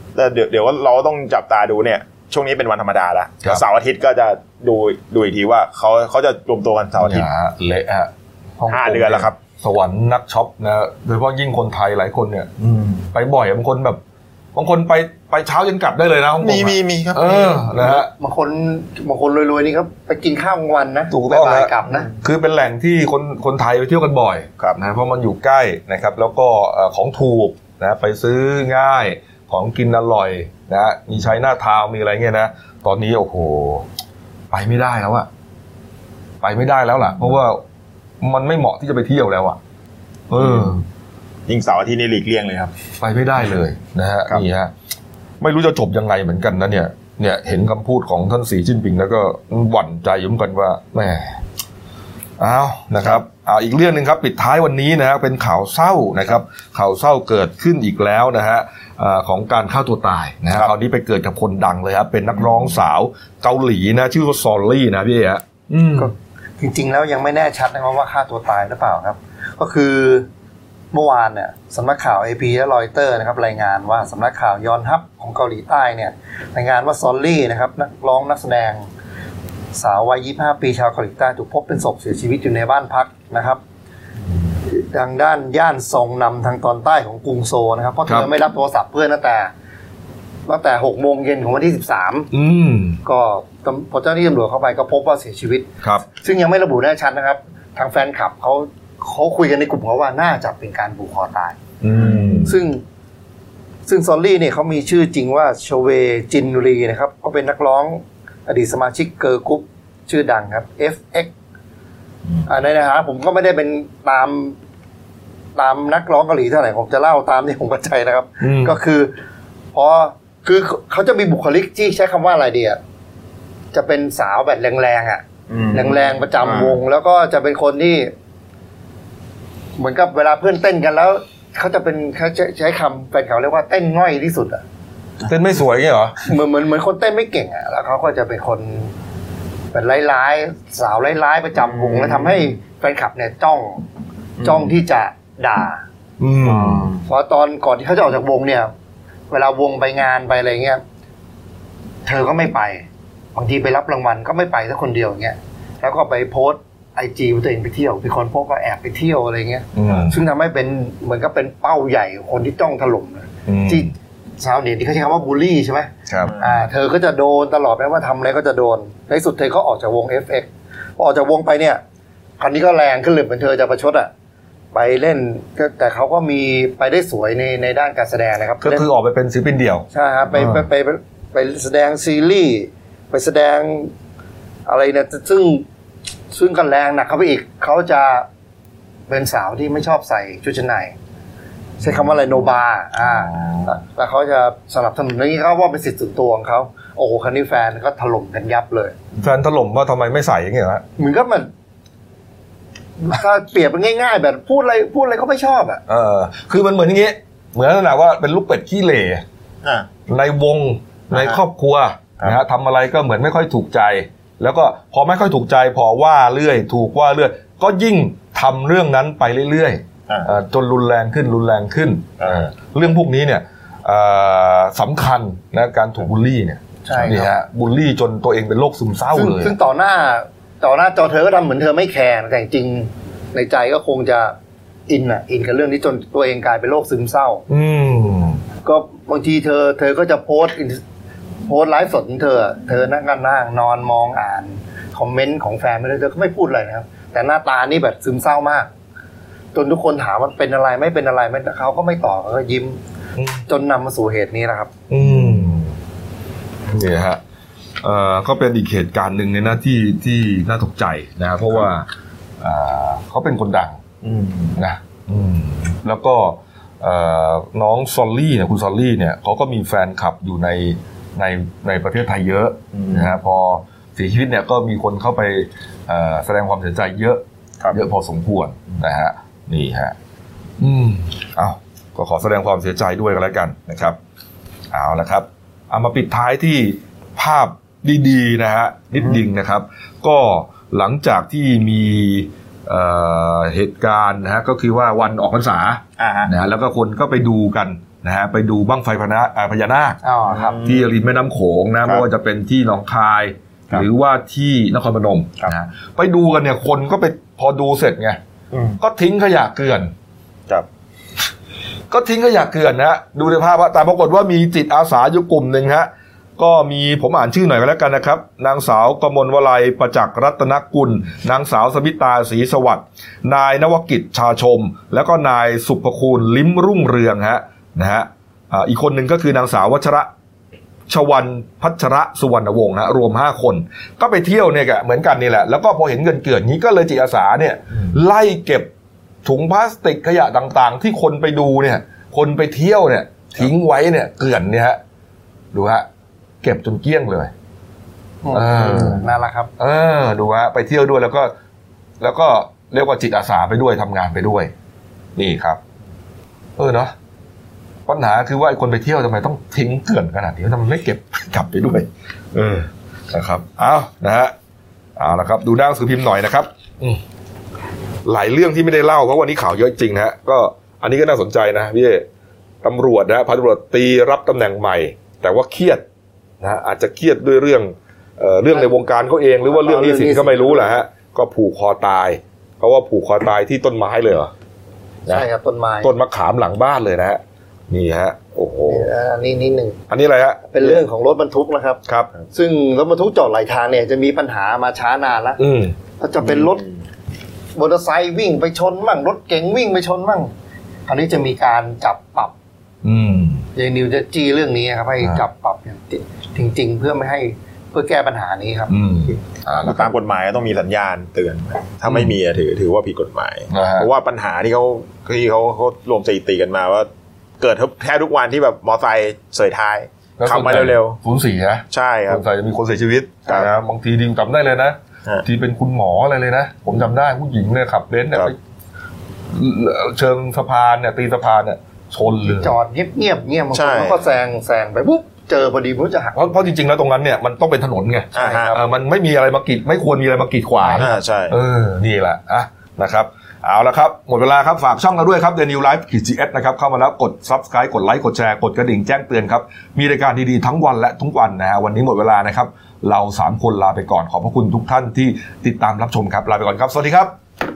แต่เดี๋ยวเดี๋ยวเราต้องจับตาดูเนี่ยช่วงนี้เป็นวันธรรมดาแล้วเสาร์อาทิตย์ก็จะดูดูอีกทีว่าเขาเขาจะรวมตัวกันเสาร์อาทิตย์เละฮะห้าเดือนแล้วครับสวรรค์นักช็อปนะโดยเฉพาะยิ่งคนไทยหลายคนเนี่ยไปบ่อยบางคนแบบบางคนไปไปเช้าจนกลับได้เลยนะมีมีมีครับเออนะฮะบางคนบางคนรวยๆนี่ครับไปกินข้าวกลางวันนะถูกต้องแล้วกลับนะคือเป็นแหล่งที่คนคนไทยไปเที่ยวกันบ่อยนะเพราะมันอยู่ใกล้นะครับแล้วก็ของถูกนะไปซื้อง่ายของกินอร่อยนะมีใช้หน้าทาวมีอะไรเงี้ยนะตอนนี้โอ้โหไปไม่ได้แล้วอะไปไม่ได้แล้วล่ะเพราะว่ามันไม่เหมาะที่จะไปเที่ยวแล้วอะเออยิ่งเสาร์อาทิตย์นี่หลีกเลี่ยงเลยครับไปไม่ได้เลยนะฮะนี่ฮะไม่รู้จะจบยังไงเหมือนกันนะเนี่ยเนี่ยเห็นคำพูดของท่านสีจิ้นผิงแล้วก็หวั่นใจอยู่เหมือนกันว่าแหมอ้าวนะครับอ่าอีกเรื่องนึงครับปิดท้ายวันนี้นะฮะเป็นข่าวเศร้านะครับข่าวเศร้าเกิดขึ้นอีกแล้วนะฮะของการฆ่าตัวตายนะฮะคราวนี้ไปเกิดกับคนดังเลยครับเป็นนักร้องสาวเกาหลีนะชื่อว่าซอลลี่นะพี่เอ๋ฮะก็จริงๆแล้วยังไม่แน่ชัดนะครับว่าฆ่าตัวตายหรือเปล่าครับก็คือเมื่อวานเนี่ยสำนักข่าว เอ พี และรอยเตอร์นะครับรายงานว่าสำนักข่าวยอนฮับของเกาหลีใต้เนี่ยรายงานว่าซอลลี่นะครับนักร้องนักแสดงสาววัยยี่สิบห้าปีชาวเกาหลีใต้ถูกพบเป็นศพเสียชีวิตอยู่ในบ้านพักนะครับทางด้านย่านซองนำทางตอนใต้ของกรุงโซลนะครับเพราะเธอไม่รับโทรศัพท์เพื่อนตั้งแต่ตั้งแต่หกโมงเย็นของวันที่สิบสามอืมก็พอเจ้าหน้าที่ตำรวจเข้าไปก็พบว่าเสียชีวิตครับซึ่งยังไม่ระบุแน่ชัดนะครับทางแฟนคลับเขาเขาคุยกันในกลุ่มเขาว่าน่าจะเป็นการผูกคอตายอืมซึ่งซึ่งซอลลี่เนี่ยเขามีชื่อจริงว่าโชเวจินรีนะครับเขาเป็นนักร้องอดีตสมาชิกเกิร์ลกรุ๊ปชื่อดังครับ เอฟ เอ็กซ์ อ่าในนะฮะผมก็ไม่ได้เป็นตามตามนักร้องเกาหลีเท่าไหร่ผมจะเล่าตามที่ผมเข้าใจนะครับก็คือพอคือเขาจะมีบุคลิกที่ใช้คำว่าอะไรดีอ่ะจะเป็นสาวแบบแรงๆอ่ะแรงๆประจำวงแล้วก็จะเป็นคนที่เหมือนกับเวลาเพื่อนเต้นกันแล้วเขาจะเป็นเขาใช้คำแฟนเขาเรียกว่าเต้นง่อยที่สุดอ่ะเต้นไม่สวยงี้เหรอเหมือนเหมือนเหมือนคนเต้นไม่เก่งอ่ะแล้วเขาก็จะเป็นคนเป็นร้ายๆสาวร้ายๆประจำวงแล้วทำให้แฟนคลับเนี่ยจ้องจ้องที่จะด่าเพราะตอนก่อนที่เขาจะออกจากวงเนี่ยเวลาวงไปงานไปอะไรเงี้ยเธอก็ไม่ไปบางทีไปรับรางวัลก็ไม่ไปสักคนเดียวอย่างเงี้ยแล้วก็ไปโพสต์ไอจีว่าตัวเองไปเที่ยวมีคนโพสต์ว่าแอบไปเที่ยวอะไรเงี้ยซึ่งทำให้เป็นเหมือนกับเป็นเป้าใหญ่คนที่จ้องถล่มเลยที่ชาวเน็ตที่เขาใช้คำว่าบูลลี่ใช่ไหมครับอ่าเธอก็จะโดนตลอดไม่ว่าทำอะไรก็จะโดนในสุดเธอก็ออกจากวง เอฟ เอ็กซ์ พอออกจากวงไปเนี่ยคราวนี้ก็แรงขึ้นเลยเหมือนเธอจะประชดอ่ะไปเล่นแต่เขาก็มีไปได้สวยในในด้านการแสดงนะครับก็คือออกไปเป็นศิลปินเดี่ยวใช่ครับไปไปไปไปแสดงซีรีส์ไปแสดงอะไรเนี่ยซึ่งซึ่งกันแรงหนักเข้าไปอีกเขาจะเป็นสาวที่ไม่ชอบใส่ชุดชั้นในใช้คำว่าอะไรโนบาอ่าแล้วเขาจะสนับสนุนอย่างนี้เขาว่าเป็นสิทธิ์ส่วนตัวของเขาโอ้โหคันนี้แฟนก็ถล่มกันยับเลยแฟนถล่มว่าทำไมไม่ใส่อย่างเงี้ยฮะเหมือนกับมันถ้าเปรียบเป็นง่ายๆแบบพูดอะไรพูดอะไรก็ไม่ชอบอ่ะเออคือมันเหมือนอย่างงี้เหมือนขนาดว่าเป็นลูกเป็ดขี้เหร่ในวงในครอบครัวนะฮะทำอะไรก็เหมือนไม่ค่อยถูกใจแล้วก็พอไม่ค่อยถูกใจพอว่าเรื่อยถูกว่าเรื่อยก็ยิ่งทำเรื่องนั้นไปเรื่อยๆจนรุนแรงขึ้นรุนแรงขึ้นเรื่องพวกนี้เนี่ยสำคัญนะการถูกบูลลี่เนี่ยนี่ฮะบูลลี่จนตัวเองเป็นโรคซึมเศร้าเลยซึ่งต่อหน้าต่อหน้าจอเธอก็ทำเหมือนเธอไม่แคร์แต่จริงในใจก็คงจะอินอ่ะอินกับเรื่องนี้จนตัวเองกลายเป็นโรคซึมเศร้าอืมก็บางทีเธอเธอก็จะโพสต์โพสต์ไลฟ์สดของเธอเธอนั่งกันนั่งนอนมองอ่านคอมเมนต์ของแฟนไม่ได้เธอก็ไม่พูดอะไรนะครับแต่หน้าตานี่แบบซึมเศร้ามากจนทุกคนถามว่าเป็นอะไรไม่เป็นอะไรไม่เขาก็ไม่ตอบเขาก็ยิ้มจนนำมาสู่เหตุนี้นะครับอืมนี่ฮะเอ่อก็เป็นอีกเหตุการณ์หนึ่งในหน้าที่ที่น่าตกใจนะเพราะว่าอ่าเขาเป็นคนดังนะแล้วก็น้องซอลลี่เนี่ยคุณซอลลี่เนี่ยเขาก็มีแฟนคลับอยู่ในในในประเทศไทยเยอะนะฮะพอเสียชีวิตเนี่ยก็มีคนเข้าไปแสดงความเสียใจเยอะเยอะพอสมควรนะฮะนี่ฮะอืมเอาก็ขอแสดงความเสียใจด้วยกันแล้วกันนะครับเอาละครับเอามาปิดท้ายที่ภาพดีๆนะฮะนิดดิ่งนะครับก็หลังจากที่มีเอ่อเหตุการณ์นะฮะก็คือว่าวันออกพรรษานะฮะแล้วก็คนก็ไปดูกันนะฮะไปดูบั้งไฟพญาพญานาคที่ริมแม่น้ำโขงนะไม่ว่าจะเป็นที่หนองคายหรือว่าที่นครพนมนะไปดูกันเนี่ยคนก็ไปพอดูเสร็จไงก็ทิ้งขยะเกลื่อนก็ทิ้งขยะเกลื่อนนะดูในภาพแต่ปรากฏว่ามีจิตอาสาอยู่กลุ่มหนึ่งฮะก็มีผมอ่านชื่อหน่อยก็แล้วกันนะครับนางสาวกมลวลัยประจักษ์รัตนกุลนางสาวสมิตาศรีสวัสดิ์นายนวกิจชาชมแล้วก็นายสุภคูณลิ้มรุ่งเรืองฮะนะฮะอีกคนหนึ่งก็คือนางสาววัชระชวันพัชระสุวรรณวงศ์ฮะรวมห้าคนก็ไปเที่ยวเนี่ยแกเหมือนกันนี่แหละแล้วก็พอเห็นเงินเกิดนี้ก็เลยจิตอาสาเนี่ยไล่เก็บถุงพลาสติกขยะต่างๆที่คนไปดูเนี่ยคนไปเที่ยวเนี่ยทิ้งไว้เนี่ยเกลื่อนเนี่ยฮะดูฮะเก็บจนเกลี้ยงเลยเออนั่นแหละครับเออดูฮะไปเที่ยวด้วยแล้วก็แล้วก็เรียกว่าจิตอาสาไปด้วยทำงานไปด้วยนี่ครับเออเนาะปัญหาคือว่าไอ้คนไปเที่ยวทำไมต้องทิ้งเกลื่อนขนาดนี้ทำไมไม่เก็บกลับไปด้วยเออนะครับเอานะฮะเอาละครับดูหน้าหนังสือพิมพ์หน่อยนะครับหลายเรื่องที่ไม่ได้เล่าเพราะวันนี้ข่าวเยอะจริงนะฮะก็อันนี้ก็น่าสนใจนะพี่ตำรวจนะพันตำรวจตีรับตำแหน่งใหม่แต่ว่าเครียดนะอาจจะเครียดด้วยเรื่องเอ่อเรื่องในวงการเขาเองหรือว่าเรื่องหนี้สินก็ไม่รู้แหละฮะก็ผูกคอตายเพราะว่าผูกคอตายที่ต้นไม้เลยเหรอใช่ครับต้นไม้ต้นมะขามหลังบ้านเลยนะฮะนี่ฮะโอ้โหอันนี้นิดนึงอันนี้อะไรฮะเป็นเรื่องของรถบรรทุกนะครับครับซึ่งรถบรรทุกจอดหลายทางเนี่ยจะมีปัญหามาช้านานแล้วถ้าจะเป็นรถมอเตอร์ไซค์วิ่งไปชนมั่งรถเก๋งวิ่งไปชนมั่งคราวนี้จะมีการจับปรับยายนิวจะจี้เรื่องนี้ครับให้จับปรับจริงๆเพื่อไม่ให้เพื่อแก้ปัญหานี้ครับตามกฎหมายต้องมีสัญญาณเตือนถ้าไม่มีถือถือว่าผิดกฎหมายเพราะว่าปัญหาที่เขาที่เขาเขารวมสถิติกันมาว่าเกิดแทบทุกวันที่แบบมอเตอร์ไซค์เสยท้ายขับมาเร็วๆสูญเสียใช่ครับสงสัยจะมีคนเสียชีวิตนะบางทีดิวจำได้เลยนะที่เป็นคุณหมออะไรเลยนะผมจำได้ผู้หญิงเนี่ยขับเบนซ์เนี่ยไปเชิงสะพานเนี่ยตีสะพานเนี่ยชนเลยจอดเงียบเงียบเงียบบางคนก็แซงแซงไปปุ๊บเจอพอดีมันจะหักเพราะเพราะจริงๆแล้วตรงนั้นเนี่ยมันต้องเป็นถนนไงใช่ครับมันไม่มีอะไรมากีดไม่ควรมีอะไรมากีดขวางใช่เออนี่แหละอ่ะนะครับเอาละครับหมดเวลาครับฝากช่องเราด้วยครับ The New Life จี เอส นะครับเข้ามาแล้วกด Subscribe กดไลค์กดแชร์กดกระดิ่งแจ้งเตือนครับมีรายการดีๆทั้งวันและทุกวันนะฮะวันนี้หมดเวลานะครับเราสามคนลาไปก่อนขอบพระคุณทุกท่านที่ติดตามรับชมครับลาไปก่อนครับสวัสดีครับ